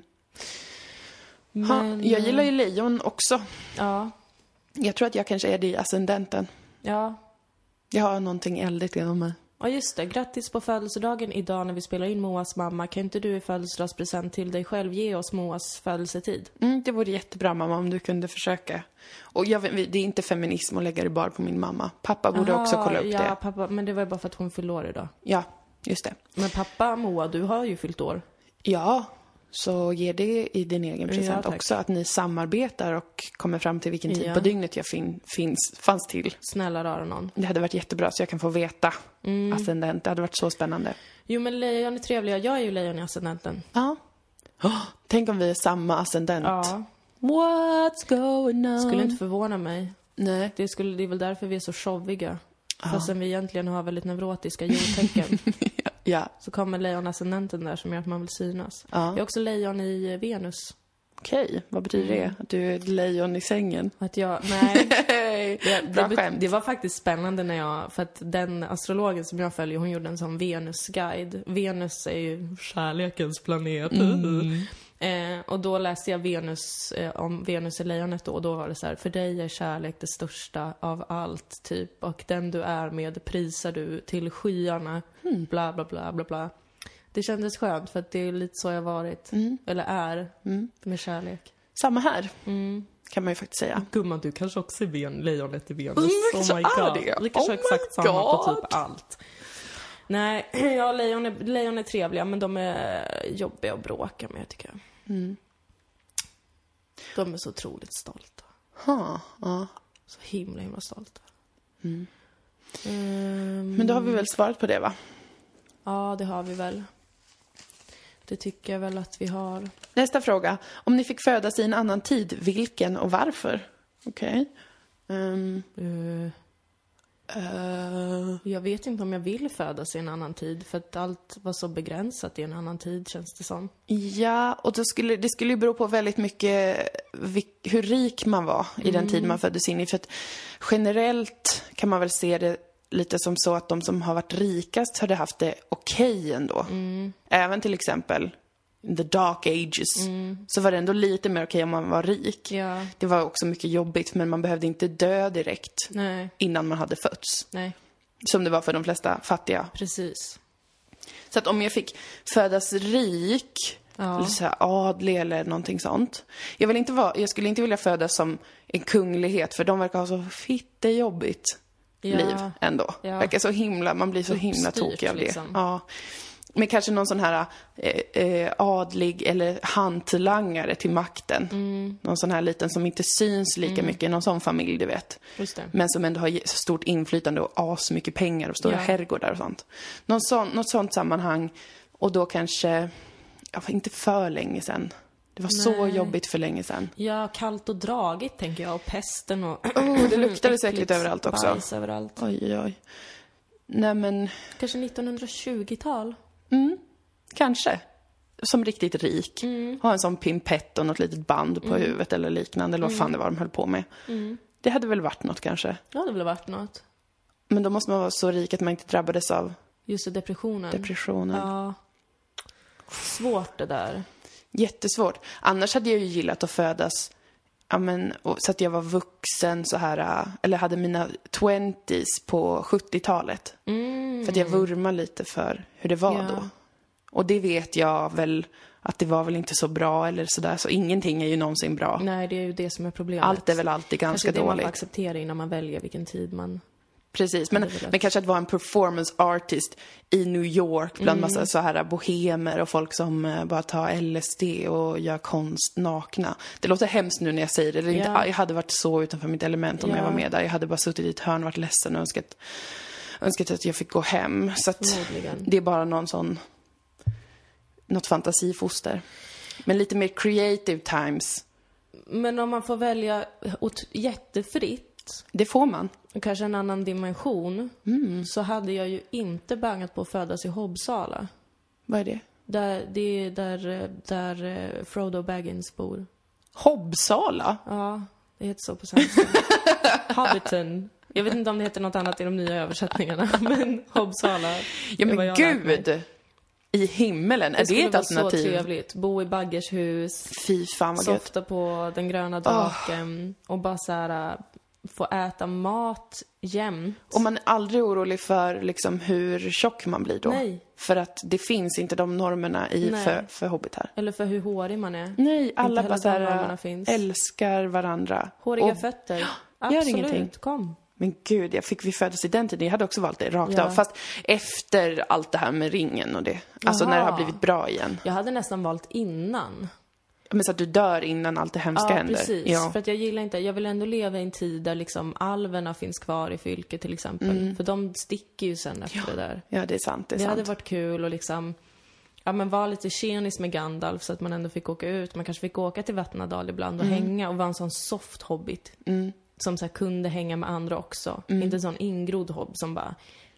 Men... jag gillar ju lejon också. Ja. Jag tror att jag kanske är det i ascendenten. Ja. Jag har någonting eldigt inom mig. Ja just det, grattis på födelsedagen idag när vi spelar in Moas mamma. Kan inte du i födelsedagspresent till dig själv ge oss Moas födelsetid? Det vore jättebra mamma om du kunde försöka. Och det är inte feminism att lägga det bara på min mamma. Pappa borde också kolla upp det. Ja, pappa, men det var bara för att hon fyllde år idag. Ja, just det. Men pappa, Moa, du har ju fyllt år. Ja, så ge det i din egen present tack. också. Att ni samarbetar och kommer fram till vilken tid på dygnet jag fanns till. Snälla rara någon. Det hade varit jättebra så jag kan få veta ascendent. Det hade varit så spännande. Jo, men lejon är trevliga. Jag är ju lejon i ascendenten. Ja. Tänk om vi är samma ascendent. Ja. What's going on? Skulle inte förvåna mig. Nej. Det är väl därför vi är så showiga. Fastän vi egentligen har väldigt neurotiska jordtecken. Ja. Så kommer lejon-ascendenten där som gör att man vill synas. Ja. Jag är också lejon i Venus. Okej, vad betyder det? Att du är ett lejon i sängen? Att jag, nej. Bra skämt. Det var faktiskt spännande för att den astrologen som jag följer, hon gjorde en sån Venus-guide. Venus är ju kärlekens planet. Och då läste jag Venus, om Venus i lejonet då, och då var det så här: för dig är kärlek det största av allt typ, och den du är med prisar du till skyarna, bla bla bla bla bla. Det kändes skönt för att det är lite så jag varit, eller är, med kärlek. Samma här, kan man ju faktiskt säga. Gumman, du kanske också är lejonet i Venus. Oh my god. Vi kanske har exakt samma på typ allt. Nej, ja, lejon är trevliga, men de är jobbiga att bråka med tycker jag. De är så otroligt stolta. Ja. Så himla stolta. Men då har vi väl svarat på det, va? Ja, det har vi väl. Det tycker jag väl att vi har. Nästa fråga. Om ni fick födas i en annan tid, vilken och varför? Okej. Jag vet inte om jag vill födas i en annan tid. För att allt var så begränsat i en annan tid, känns det som. Ja, och det skulle ju bero på väldigt mycket hur rik man var i den tid man föddes in i. För att generellt kan man väl se det lite som så att de som har varit rikast hade haft det okej ändå. Även till exempel in the dark ages så var det ändå lite mer okej om man var rik. Ja. Det var också mycket jobbigt, men man behövde inte dö direkt innan man hade fötts. Nej. Som det var för de flesta fattiga. Precis. Så att om jag fick födas rik, eller så här adlig eller någonting sånt. Jag skulle inte vilja födas som en kunglighet, för de verkar ha så fittejobbigt liv ändå. Verkar så himla, man blir så himla tokig av det. Liksom. Ja. Men kanske någon sån här adlig eller hantlangare till makten. Någon sån här liten som inte syns lika mycket. Någon sån familj, du vet. Just det. Men som ändå har så stort inflytande och as mycket pengar och stora herrgårdar och sånt. Något sånt sammanhang. Och då kanske, inte för länge sedan. Det var så jobbigt för länge sedan. Ja, kallt och dragigt tänker jag. Och pesten och... det luktade säkert överallt också. Bajs överallt. Oj. Nej men... Kanske 1920-tal? Kanske. som riktigt rik. Ha en sån pimpett och något litet band på huvudet eller liknande. Eller vad fan det var de höll på med. Det hade väl varit något kanske. Ja, det hade väl varit något. Men då måste man vara så rik att man inte drabbades av Just det, depressionen. Ja. Svårt det där. Jättesvårt. Annars hade jag ju gillat att födas så att jag var vuxen så här, eller hade mina 20s på 70-talet. För att jag vurmar lite för hur det var då. Och det vet jag väl att det var väl inte så bra eller sådär. Så ingenting är ju någonsin bra. Nej, det är ju det som är problemet. Allt är väl alltid ganska kanske det dåligt. Man får acceptera innan man väljer vilken tid man... Precis, men kanske att vara en performance artist i New York bland massa så här bohemer och folk som bara tar LSD och gör konst nakna. Det låter hemskt nu när jag säger det. Det är inte, jag hade varit så utanför mitt element om jag var med där. Jag hade bara suttit i ett hörn och varit ledsen och önskat att jag fick gå hem. Så att det är bara något fantasifoster. Men lite mer creative times. Men om man får välja jättefritt, det får man. Kanske en annan dimension, så hade jag ju inte bangat på att födas i Hobbsala. Vad är det? Det är där Frodo Baggins bor. Hobbsala? Ja, det heter så på svenska. Hobbiton. Jag vet inte om det heter något annat i de nya översättningarna, men Hobbsala. Ja men gud! I himmelen, är det ett alternativ? Det så trevligt. Bo i baggershus. Fy fan vad gött. Softa på den gröna draken. Och bara så här, få äta mat jämt. Och man är aldrig orolig för liksom hur tjock man blir då. Nej. För att det finns inte de normerna för hobbitar. Eller för hur hårig man är. Nej, alla bara så här älskar varandra. Håriga fötter. Absolut, ingenting. Kom. Men gud, vi föddes i den tiden. Jag hade också valt det rakt av. Fast efter allt det här med ringen och det. Alltså när det har blivit bra igen. Jag hade nästan valt innan. Men så att du dör innan allt det hemska händer. Precis. Ja, för att jag vill ändå leva i en tid där liksom alverna finns kvar i fylket till exempel. För de sticker ju sen efter det där. Ja, det är sant. Det hade varit kul och liksom, vara lite tjenis med Gandalf så att man ändå fick åka ut. Man kanske fick åka till Vattnadal ibland och hänga och vara en sån soft hobbit. Som så här kunde hänga med andra också. Inte en sån ingrodd hobb som bara...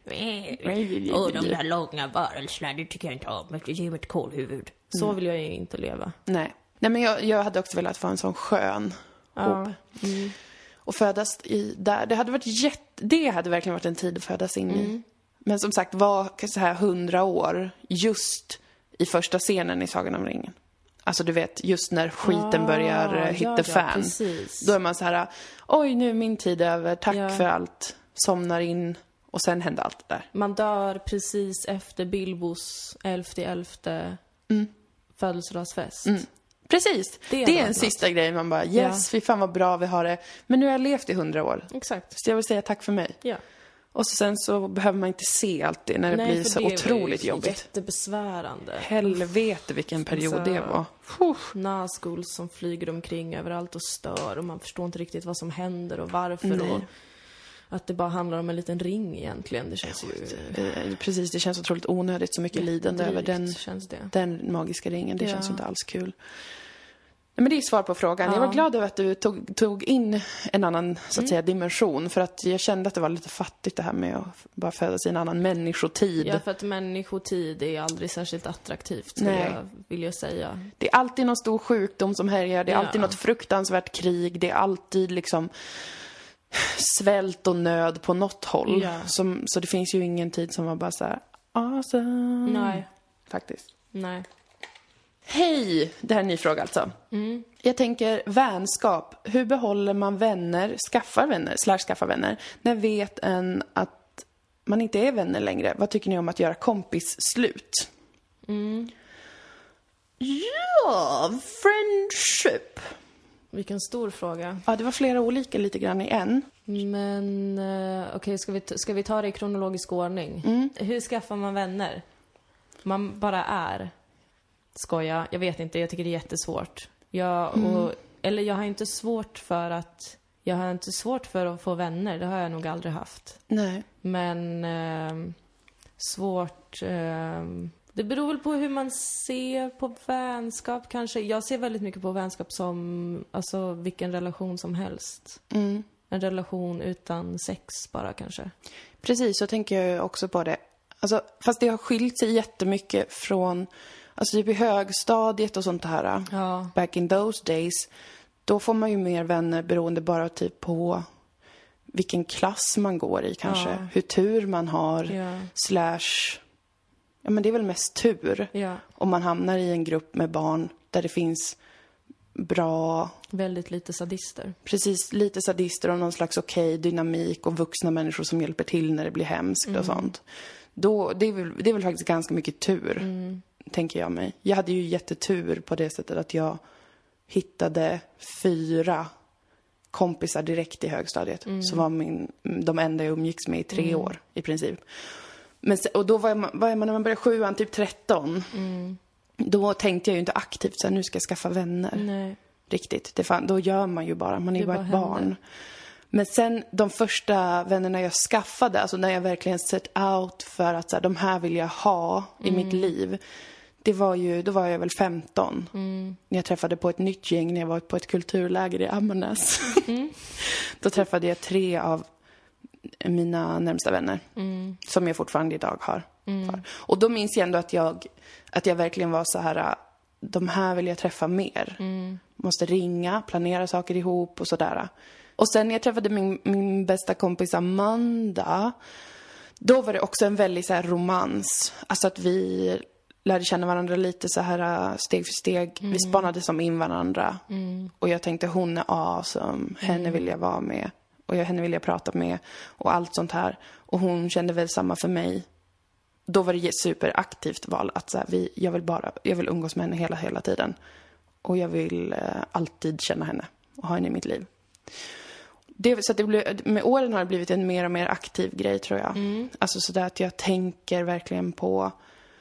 de där långa varelserna, det tycker jag inte om. Det ger mig ett kolhuvud. Så vill jag ju inte leva. Nej, men jag hade också velat få en sån skön hobb. Och födas där. Det hade verkligen varit en tid att födas in i. Men som sagt, var så här 100 år just i första scenen i Sagan om ringen. Alltså du vet, just när skiten börjar hit the fan. Precis. Då är man så här, oj nu är min tid över, tack för allt. Somnar in och sen händer allt det där. Man dör precis efter Bilbos 11:11 födelsedagsfest. Precis, det är en sista grej. Man bara, yes, fy fan vad bra vi har det. Men nu har jag levt i 100 år. Exakt. Så jag vill säga tack för mig. Ja. Och sen så behöver man inte se allt det när det blir så otroligt jobbigt. Jättebesvärande. Helvete vilken period det var. Nazgûl som flyger omkring överallt och stör och man förstår inte riktigt vad som händer och varför. Och att det bara handlar om en liten ring egentligen. Det känns ju... Precis, det känns otroligt onödigt. Så mycket lidande över den magiska ringen. Det känns ju inte alls kul. Nej, men det är svar på frågan. Jag var glad över att du tog in en annan så att säga dimension. För att jag kände att det var lite fattigt det här med att bara födas i en annan människotid. Ja, för att människotid är aldrig särskilt attraktivt, vill jag säga. Det är alltid någon stor sjukdom som härjar. Det är alltid något fruktansvärt krig. Det är alltid liksom svält och nöd på något håll. Ja. Så det finns ju ingen tid som var bara så här awesome. Nej. Faktiskt. Nej. Hej! Det här är en ny fråga alltså. Jag tänker vänskap. Hur behåller man vänner, skaffar vänner, när vet en att man inte är vänner längre? Vad tycker ni om att göra kompisslut? Ja, friendship. Vilken stor fråga. Ja, det var flera olika lite grann i en. Men okej, ska vi ta det i kronologisk ordning? Hur skaffar man vänner? Man bara är. Skoja, jag vet inte, jag tycker det är jättesvårt. Jag har inte svårt för att få vänner, det har jag nog aldrig haft. Nej. Men svårt, det beror väl på hur man ser på vänskap kanske. Jag ser väldigt mycket på vänskap som, alltså vilken relation som helst. En relation utan sex bara kanske. Precis, så tänker jag också på det. Alltså, fast det har skilt sig jättemycket från Alltså typ i högstadiet och sånt här. Ja. Back in those days. Då får man ju mer vänner beroende bara typ på vilken klass man går i kanske. Ja. Hur tur man har. Ja. Ja, men det är väl mest tur. Ja. Om man hamnar i en grupp med barn där det finns bra... Väldigt lite sadister. Precis, lite sadister och någon slags dynamik och vuxna människor som hjälper till när det blir hemskt och sånt. Då, det är väl faktiskt ganska mycket tur, tänker jag mig. Jag hade ju jättetur på det sättet att jag hittade 4 kompisar direkt i högstadiet. Så var de enda jag umgicks med i 3 år i princip. Men, och då vad är man när man börjar 7, typ 13. Då tänkte jag ju inte aktivt så här, nu ska jag skaffa vänner. Nej. Riktigt. Då gör man ju bara. Man är ju bara ett händer. barn. Men sen de första vännerna jag skaffade, alltså när jag verkligen set out för att så här, de här vill jag ha i mitt liv. Då var jag väl 15. När jag träffade på ett nytt gäng när jag var på ett kulturläger i Ammarnäs. Då träffade jag 3 av mina närmsta vänner. Som jag fortfarande idag har. Och då minns jag ändå att jag verkligen var så här, de här vill jag träffa mer. Måste ringa, planera saker ihop och sådär. Och sen när jag träffade min bästa kompis Amanda, då var det också en väldigt så här romans. Alltså att vi lärde känna varandra lite så här steg för steg. Vi spanade som in varandra. Och jag tänkte, hon är awesome. Henne vill jag vara med. Och henne vill jag prata med. Och allt sånt här. Och hon kände väl samma för mig. Då var det ett superaktivt val att så här, jag vill umgås med henne hela tiden. Och jag vill alltid känna henne och ha henne i mitt liv. Med åren har det blivit en mer och mer aktiv grej, tror jag. Alltså sådär att jag tänker verkligen på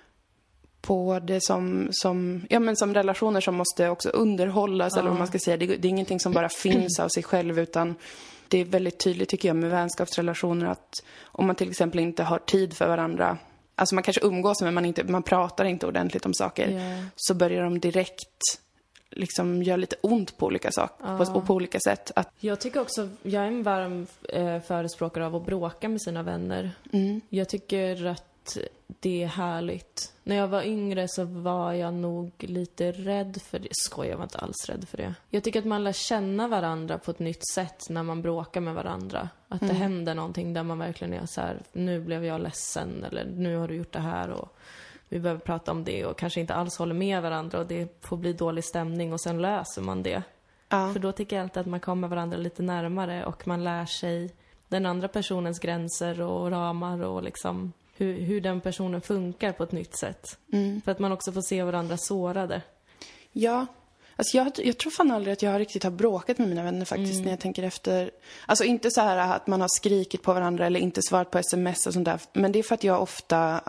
det som relationer som måste också underhållas, eller vad man ska säga. Det är ingenting som bara finns av sig själv, utan det är väldigt tydligt, tycker jag, med vänskapsrelationer att om man till exempel inte har tid för varandra, alltså man kanske umgås men man pratar inte ordentligt om saker, så börjar de direkt liksom göra lite ont på olika saker, på olika sätt. Jag tycker också, jag är en varm förespråkare av att bråka med sina vänner. Jag tycker att det är härligt. När jag var yngre så var jag nog lite rädd för det. Jag var inte alls rädd för det. Jag tycker att man lär känna varandra på ett nytt sätt när man bråkar med varandra. Att det händer någonting där man verkligen är så här, nu blev jag ledsen, eller nu har du gjort det här och vi behöver prata om det, och kanske inte alls håller med varandra och det får bli dålig stämning och sen löser man det. För då tycker jag alltid att man kommer varandra lite närmare och man lär sig den andra personens gränser och ramar och liksom hur den personen funkar på ett nytt sätt. För att man också får se varandra sårade. Ja, alltså jag tror fan aldrig att jag riktigt har bråkat med mina vänner faktiskt, när jag tänker efter. Alltså inte så här att man har skrikit på varandra eller inte svarat på sms och sånt där. Men det är för att jag ofta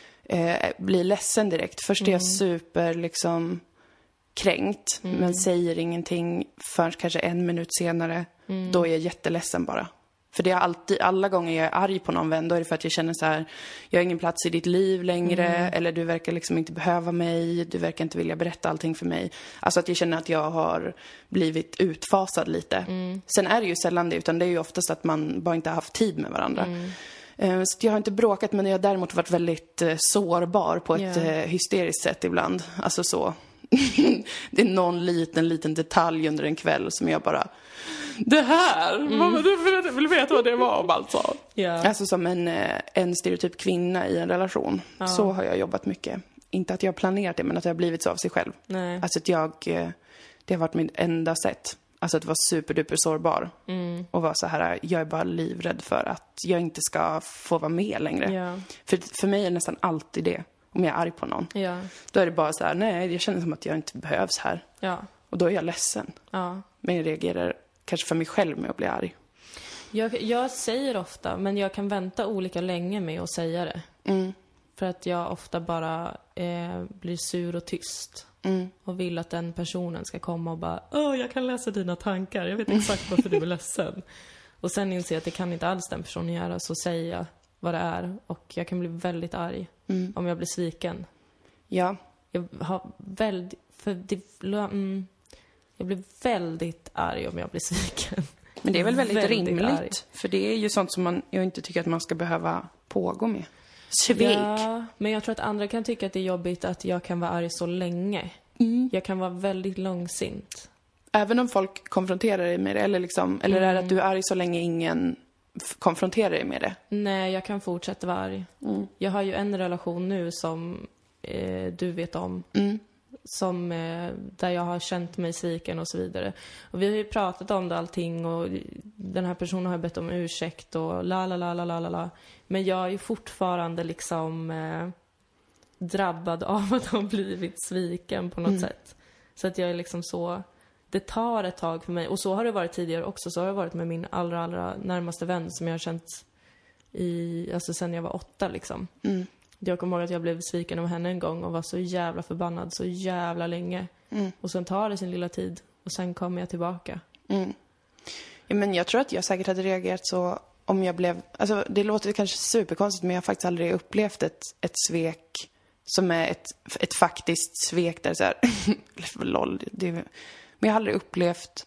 blir ledsen direkt. Först är jag super liksom kränkt, men säger ingenting förrän kanske 1 minut senare. Då är jag jätteledsen bara. För det är alltid, alla gånger jag är arg på någon vän, då är det för att jag känner så här, jag har ingen plats i ditt liv längre, eller du verkar liksom inte behöva mig, du verkar inte vilja berätta allting för mig. Alltså att jag känner att jag har blivit utfasad lite. Sen är det ju sällan det, utan det är ju oftast att man bara inte har haft tid med varandra. Så jag har inte bråkat, men jag har däremot varit väldigt sårbar på ett hysteriskt sätt ibland. Alltså så. Det är någon liten detalj under en kväll som jag bara, det här, du vill veta vad det var om alltså. Alltså som en stereotyp kvinna i en relation. Så har jag jobbat mycket. Inte att jag har planerat det, men att det har blivit så av sig själv. Alltså att det har varit mitt enda sätt. Alltså att vara superduper sårbar. Och vara så här, jag är bara livrädd för att jag inte ska få vara med längre. För mig är det nästan alltid det. Om jag är arg på någon. Då är det bara så här, nej, jag känner som att jag inte behövs här. Och då är jag ledsen. Men jag reagerar kanske för mig själv med att bli arg. Jag säger ofta, men jag kan vänta olika länge med att säga det. För att jag ofta bara blir sur och tyst. Och vill att den personen ska komma och bara, jag kan läsa dina tankar, jag vet exakt varför du är ledsen. Och sen inser jag att det kan inte alls den personen göra, så säger jag vad det är. Och jag kan bli väldigt arg om jag blir sviken. Jag har jag blir väldigt arg om jag blir sviken. Men det är väl väldigt rimligt arg. För det är ju sånt som jag inte tycker att man ska behöva pågå med. svek. Ja, men jag tror att andra kan tycka att det är jobbigt att jag kan vara arg så länge. Jag kan vara väldigt långsint. Även om folk konfronterar dig med det, eller är det att du är arg så länge ingen konfronterar dig med det? Nej, jag kan fortsätta vara arg. Jag har ju en relation nu som du vet om. Som, där jag har känt mig sviken och så vidare. Och vi har ju pratat om det allting och den här personen har bett om ursäkt och la. Men jag är ju fortfarande liksom drabbad av att ha blivit sviken på något sätt. Så att jag är liksom så... Det tar ett tag för mig. Och så har det varit tidigare också. Så har det varit med min allra närmaste vän som jag har känt alltså sen jag var 8 liksom. Jag kommer ihåg att jag blev sviken av henne en gång och var så jävla förbannad så jävla länge. Och sen tar det sin lilla tid och sen kommer jag tillbaka. Ja, men jag tror att jag säkert hade reagerat så om jag blev... Alltså det låter kanske superkonstigt, men jag har faktiskt aldrig upplevt ett svek som är ett faktiskt svek där så här... Lol, men jag har aldrig upplevt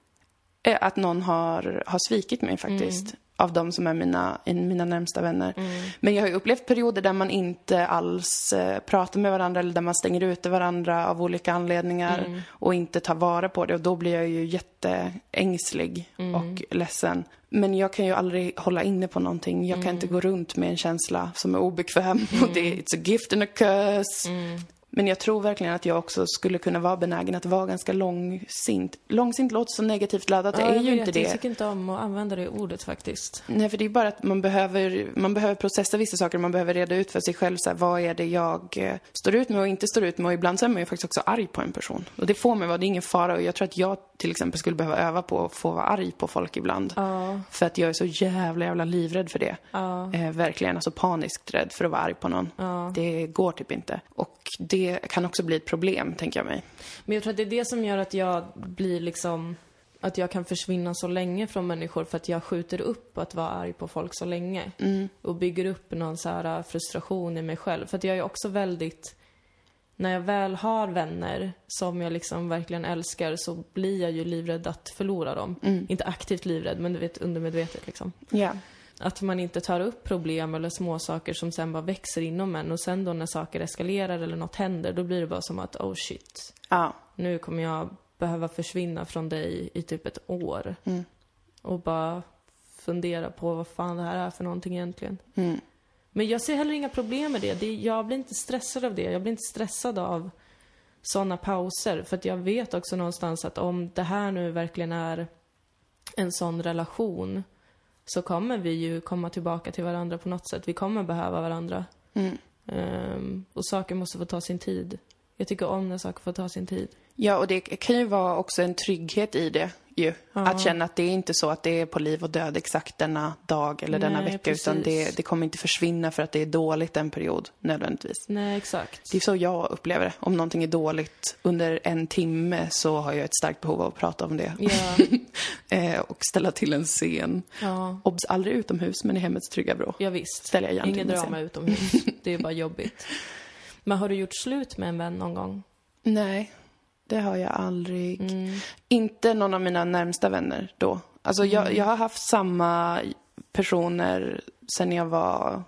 att någon har svikit mig faktiskt. Av de som är mina närmsta vänner. Men jag har ju upplevt perioder där man inte alls pratar med varandra. Eller där man stänger ute varandra av olika anledningar. Och inte tar vara på det. Och då blir jag ju jätteängslig och ledsen. Men jag kan ju aldrig hålla inne på någonting. Jag kan inte gå runt med en känsla som är obekväm. Och it's a gift and a curse. Men jag tror verkligen att jag också skulle kunna vara benägen att vara ganska långsint. Långsint låter så negativt laddat, det är ju inte det. Jag tycker inte om att använda det ordet faktiskt. Nej, för det är bara att man behöver processa vissa saker. Man behöver reda ut för sig själv så här, vad är det jag står ut med och inte står ut med. Och ibland så är man ju faktiskt också arg på en person. Och det får mig vara, det är ingen fara. Och jag tror att jag till exempel skulle behöva öva på att få vara arg på folk ibland. För att jag är så jävla livrädd för det. Verkligen, alltså paniskt rädd för att vara arg på någon. Det går typ inte. Och det kan också bli ett problem, tänker jag mig. Men jag tror att det är det som gör att jag blir liksom... Att jag kan försvinna så länge från människor för att jag skjuter upp att vara arg på folk så länge. Och bygger upp någon så här frustration i mig själv. För att jag är också väldigt... När jag väl har vänner som jag liksom verkligen älskar så blir jag ju livrädd att förlora dem. Inte aktivt livrädd, men du vet, undermedvetet liksom. Ja. Att man inte tar upp problem eller små saker som sen bara växer inom en. Och sen då när saker eskalerar eller något händer, då blir det bara som att, oh shit. Nu kommer jag behöva försvinna från dig i typ ett år. Och bara fundera på vad fan det här är för någonting egentligen. Men jag ser heller inga problem med det. Jag blir inte stressad av det. Jag blir inte stressad av sådana pauser. För att jag vet också någonstans att om det här nu verkligen är en sån relation, så kommer vi ju komma tillbaka till varandra på något sätt. Vi kommer behöva varandra. Och saker måste få ta sin tid. Jag tycker om när saker får ta sin tid. Ja, och det kan ju vara också en trygghet i det ju. Att känna att det är inte så att det är på liv och död exakt denna dag eller denna vecka. Precis. Utan det kommer inte försvinna för att det är dåligt en period nödvändigtvis. Nej, exakt. Det är så jag upplever det. Om någonting är dåligt under en timme så har jag ett starkt behov av att prata om det. Ja. Och ställa till en scen. Ja. Obs, aldrig utomhus, men i hemmets trygga vrå. Ja, visst. Ställer jag ingen drama utomhus. Det är bara jobbigt. Men har du gjort slut med en vän någon gång? Nej, det har jag aldrig. Inte någon av mina närmsta vänner då. Alltså jag har haft samma personer sen jag var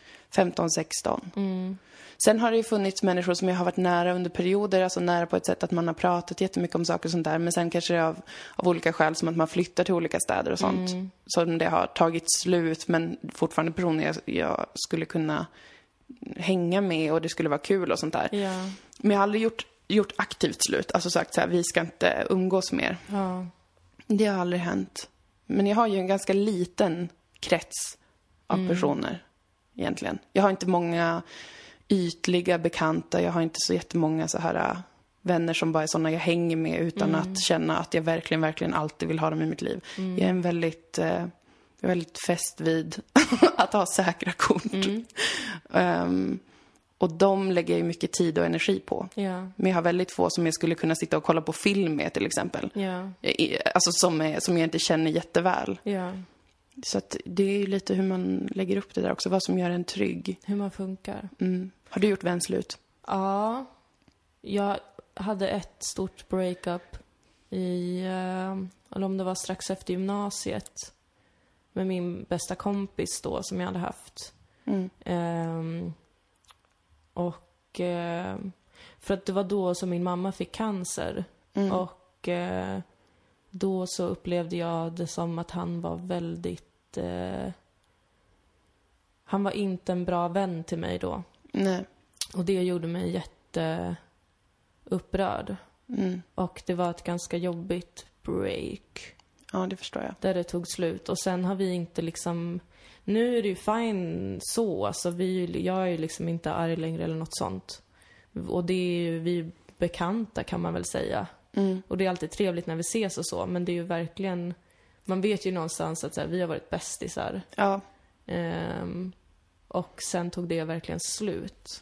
15-16. Sen har det ju funnits människor som jag har varit nära under perioder. Alltså nära på ett sätt att man har pratat jättemycket om saker och sånt där. Men sen kanske det av olika skäl, som att man flyttar till olika städer och sånt. Så det har tagit slut, men fortfarande personer jag skulle kunna hänga med och det skulle vara kul och sånt där. Ja. Men jag har aldrig gjort aktivt slut. Alltså sagt så här, vi ska inte umgås mer. Ja. Det har aldrig hänt. Men jag har ju en ganska liten krets av personer egentligen. Jag har inte många ytliga bekanta. Jag har inte så jättemånga så här vänner som bara är sådana jag hänger med utan att känna att jag verkligen alltid vill ha dem i mitt liv. Jag är väldigt fäst vid att ha säkra kort. Och de lägger jag mycket tid och energi på. Ja. Men jag har väldigt få som jag skulle kunna sitta och kolla på film med till exempel. Ja. Alltså som jag inte känner jätteväl. Ja. Så att det är ju lite hur man lägger upp det där också. Vad som gör en trygg. Hur man funkar. Har du gjort vänslut? Ja. Jag hade ett stort breakup eller om det var strax efter gymnasiet. Med min bästa kompis då som jag hade haft. Och för att det var då som min mamma fick cancer. Och då så upplevde jag det som att han var väldigt... han var inte en bra vän till mig då. Nej. Och det gjorde mig jätteupprörd. Och det var ett ganska jobbigt break. Ja, det förstår jag. Där det tog slut. Och sen har vi inte liksom... Nu är det ju fine så. Alltså jag är ju liksom inte arg längre eller något sånt. Och det är ju vi bekanta kan man väl säga. Och det är alltid trevligt när vi ses och så. Men det är ju verkligen... Man vet ju någonstans att så här, vi har varit bästisar. Ja. Och sen tog det verkligen slut.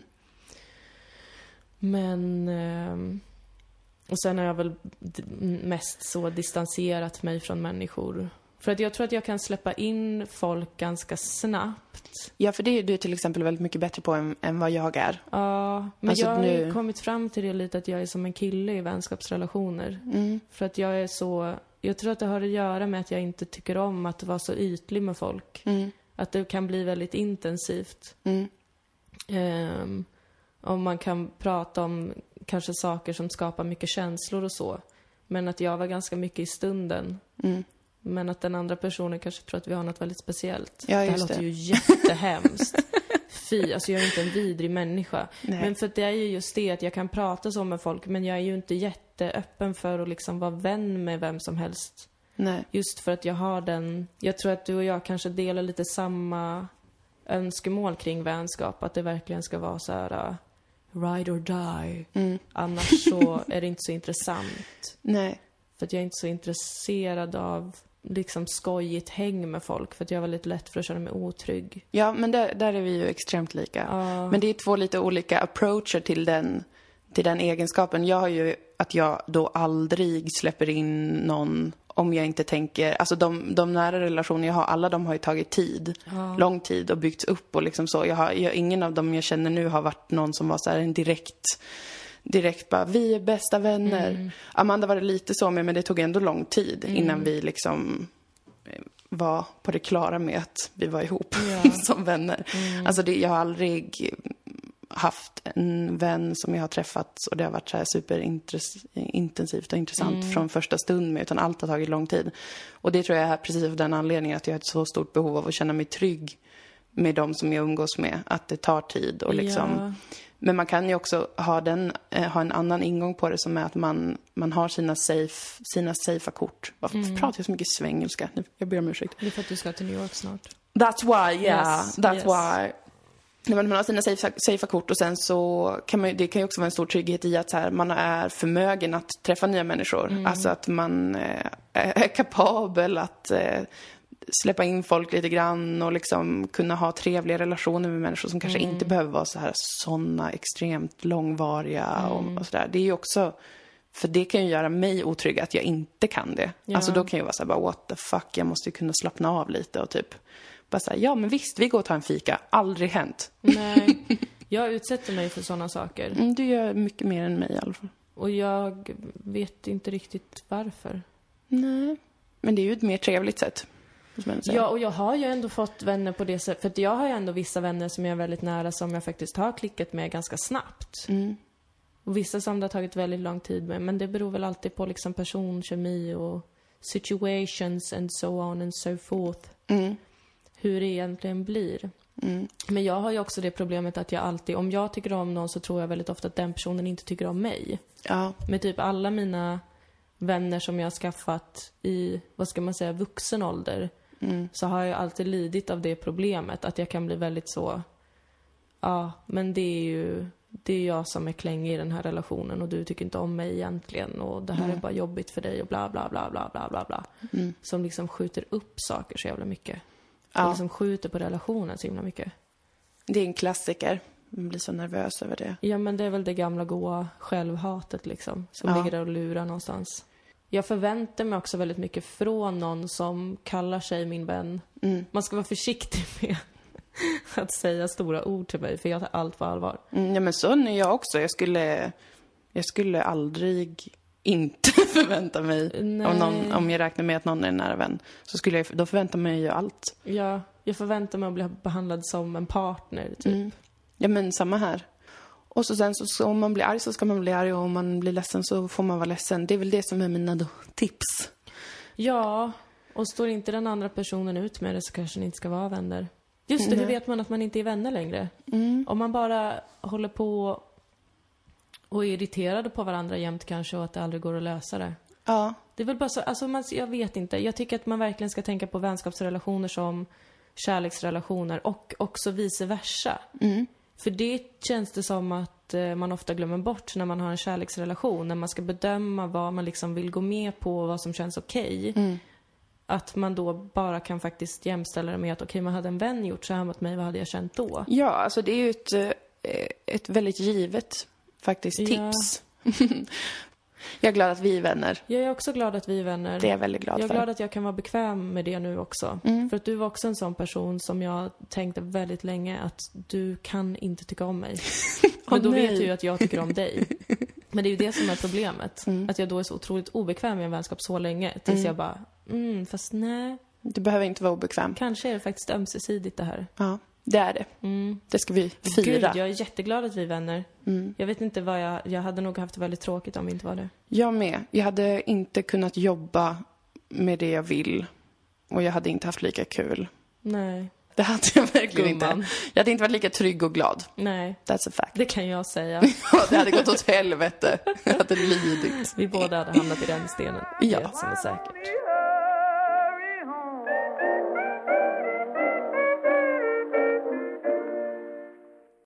Men... och sen har jag väl mest så distanserat mig från människor. För att jag tror att jag kan släppa in folk ganska snabbt. Ja, för det är du till exempel väldigt mycket bättre på än vad jag är. Ja, men alltså, jag har ju kommit fram till det lite att jag är som en kille i vänskapsrelationer. För att jag är så... Jag tror att det har att göra med att jag inte tycker om att vara så ytlig med folk. Att det kan bli väldigt intensivt. Om man kan prata om kanske saker som skapar mycket känslor och så. Men att jag var ganska mycket i stunden. Men att den andra personen kanske tror att vi har något väldigt speciellt. Ja, det här låter ju jättehemskt. Fy, alltså jag är inte en vidrig människa. Nej. Men för att det är ju just det att jag kan prata så med folk. Men jag är ju inte jätteöppen för att liksom vara vän med vem som helst. Nej. Just för att jag har den... Jag tror att du och jag kanske delar lite samma önskemål kring vänskap. Att det verkligen ska vara så här... ride or die. Annars så är det inte så intressant. Nej. För att jag är inte så intresserad av liksom skojigt häng med folk. För att jag var lite lätt för att känna mig otrygg. Ja, men där är vi ju extremt lika. Men det är två lite olika approacher till den egenskapen. Jag har ju att jag då aldrig släpper in någon om jag inte tänker... Alltså de nära relationer jag har, alla de har ju tagit tid. Lång tid och byggts upp och liksom så. Ingen av dem jag känner nu har varit någon som var så här en direkt bara, vi är bästa vänner. Amanda var det lite så med, men det tog ändå lång tid innan vi liksom var på det klara med att vi var ihop som vänner. Alltså jag har aldrig haft en vän som jag har träffat och det har varit så här superintensivt och intressant från första stund med, utan allt har tagit lång tid. Och det tror jag är precis av den anledningen att jag har ett så stort behov av att känna mig trygg med dem som jag umgås med, att det tar tid och liksom... Ja. Men man kan ju också ha en annan ingång på det som är att man har sina safea kort. Varför pratar jag så mycket svengelska? Jag ber om ursäkt. Det är för att du ska till New York snart. That's why, yeah. Yes, That's yes. why. Men man har sina safea kort och sen så kan det kan ju också vara en stor trygghet i att så här, man är förmögen att träffa nya människor. Alltså att man är kapabel att släppa in folk lite grann och liksom kunna ha trevliga relationer med människor som kanske inte behöver vara såna extremt långvariga och sådär. Det är ju också, för det kan ju göra mig otrygg att jag inte kan det. Ja. Alltså då kan jag vara så här, bara what the fuck, jag måste ju kunna slappna av lite och typ bara så här, ja men visst, vi går och tar en fika. Aldrig hänt. Nej, jag utsätter mig för sådana saker. Du gör mycket mer än mig i alla fall. Och jag vet inte riktigt varför. Nej, men det är ju ett mer trevligt sätt. Ja, och jag har ju ändå fått vänner på det sättet. För att jag har ju ändå vissa vänner som jag är väldigt nära som jag faktiskt har klickat med ganska snabbt. Och vissa som det har tagit väldigt lång tid med. Men det beror väl alltid på liksom personkemi och situations and so on and so forth. Hur det egentligen blir. Men jag har ju också det problemet att jag alltid, om jag tycker om någon så tror jag väldigt ofta att den personen inte tycker om mig. Ja. Med typ alla mina vänner som jag har skaffat i, vad ska man säga, vuxen ålder. Så har jag alltid lidit av det problemet. Att jag kan bli väldigt så, ja, men det är jag som är klängig i den här relationen och du tycker inte om mig egentligen och det här är bara jobbigt för dig och bla bla bla bla bla bla bla. Som liksom skjuter upp saker så jävla mycket. Som liksom skjuter på relationen så himla mycket. Det är en klassiker. Man blir så nervös över det. Ja, men det är väl det gamla goa självhatet liksom. Som ligger där och lurar någonstans. Jag förväntar mig också väldigt mycket från någon som kallar sig min vän. Man ska vara försiktig med att säga stora ord till mig. För jag tar allt på allvar. Ja, men så är jag också. Jag skulle aldrig inte förvänta mig, Nej. om jag räknar med att någon är en nära vän, så skulle jag, då förväntar mig ju allt. Ja, jag förväntar mig att bli behandlad som en partner, typ. Ja, men samma här. Och så sen så om man blir arg så ska man bli arg, och om man blir ledsen så får man vara ledsen. Det är väl det som är mina tips. Ja, och står inte den andra personen ut med det så kanske ni inte ska vara vänner. Just det, hur vet man att man inte är vänner längre? Om man bara håller på och är irriterade på varandra jämt kanske, och att det aldrig går att lösa det. Ja. Det är väl bara så, alltså jag vet inte. Jag tycker att man verkligen ska tänka på vänskapsrelationer som kärleksrelationer, och också vice versa. För det känns det som att man ofta glömmer bort när man har en kärleksrelation. När man ska bedöma vad man liksom vill gå med på och vad som känns okej. Att man då bara kan faktiskt jämställa det med att okej, man hade en vän gjort så här mot mig, vad hade jag känt då? Ja, alltså det är ju ett väldigt givet faktiskt tips. Jag är glad att vi är vänner. Jag är också glad att vi är vänner. Det är jag väldigt glad för. Jag är glad att jag kan vara bekväm med det nu också. För att du var också en sån person som jag tänkte väldigt länge att du kan inte tycka om mig. Men då vet jag ju att jag tycker om dig. Men det är ju det som är problemet. Att jag då är så otroligt obekväm i en vänskap så länge. Tills jag bara, fast nej. Du behöver inte vara obekväm. Kanske är det faktiskt ömsesidigt det här. Ja, det är det. Det ska vi fira. Gud, jag är jätteglad att vi är vänner. Jag vet inte vad jag hade nog haft det väldigt tråkigt om vi inte var det. Jag med. Jag hade inte kunnat jobba med det jag vill. Och jag hade inte haft lika kul. Nej. Det hade jag verkligen Gumman. inte. Jag hade inte varit lika trygg och glad. Nej. That's a fact. Det kan jag säga. Det hade gått åt helvete. Jag hade lidit. Vi båda hade hamnat i den stenen. Ja. Det som är säkert.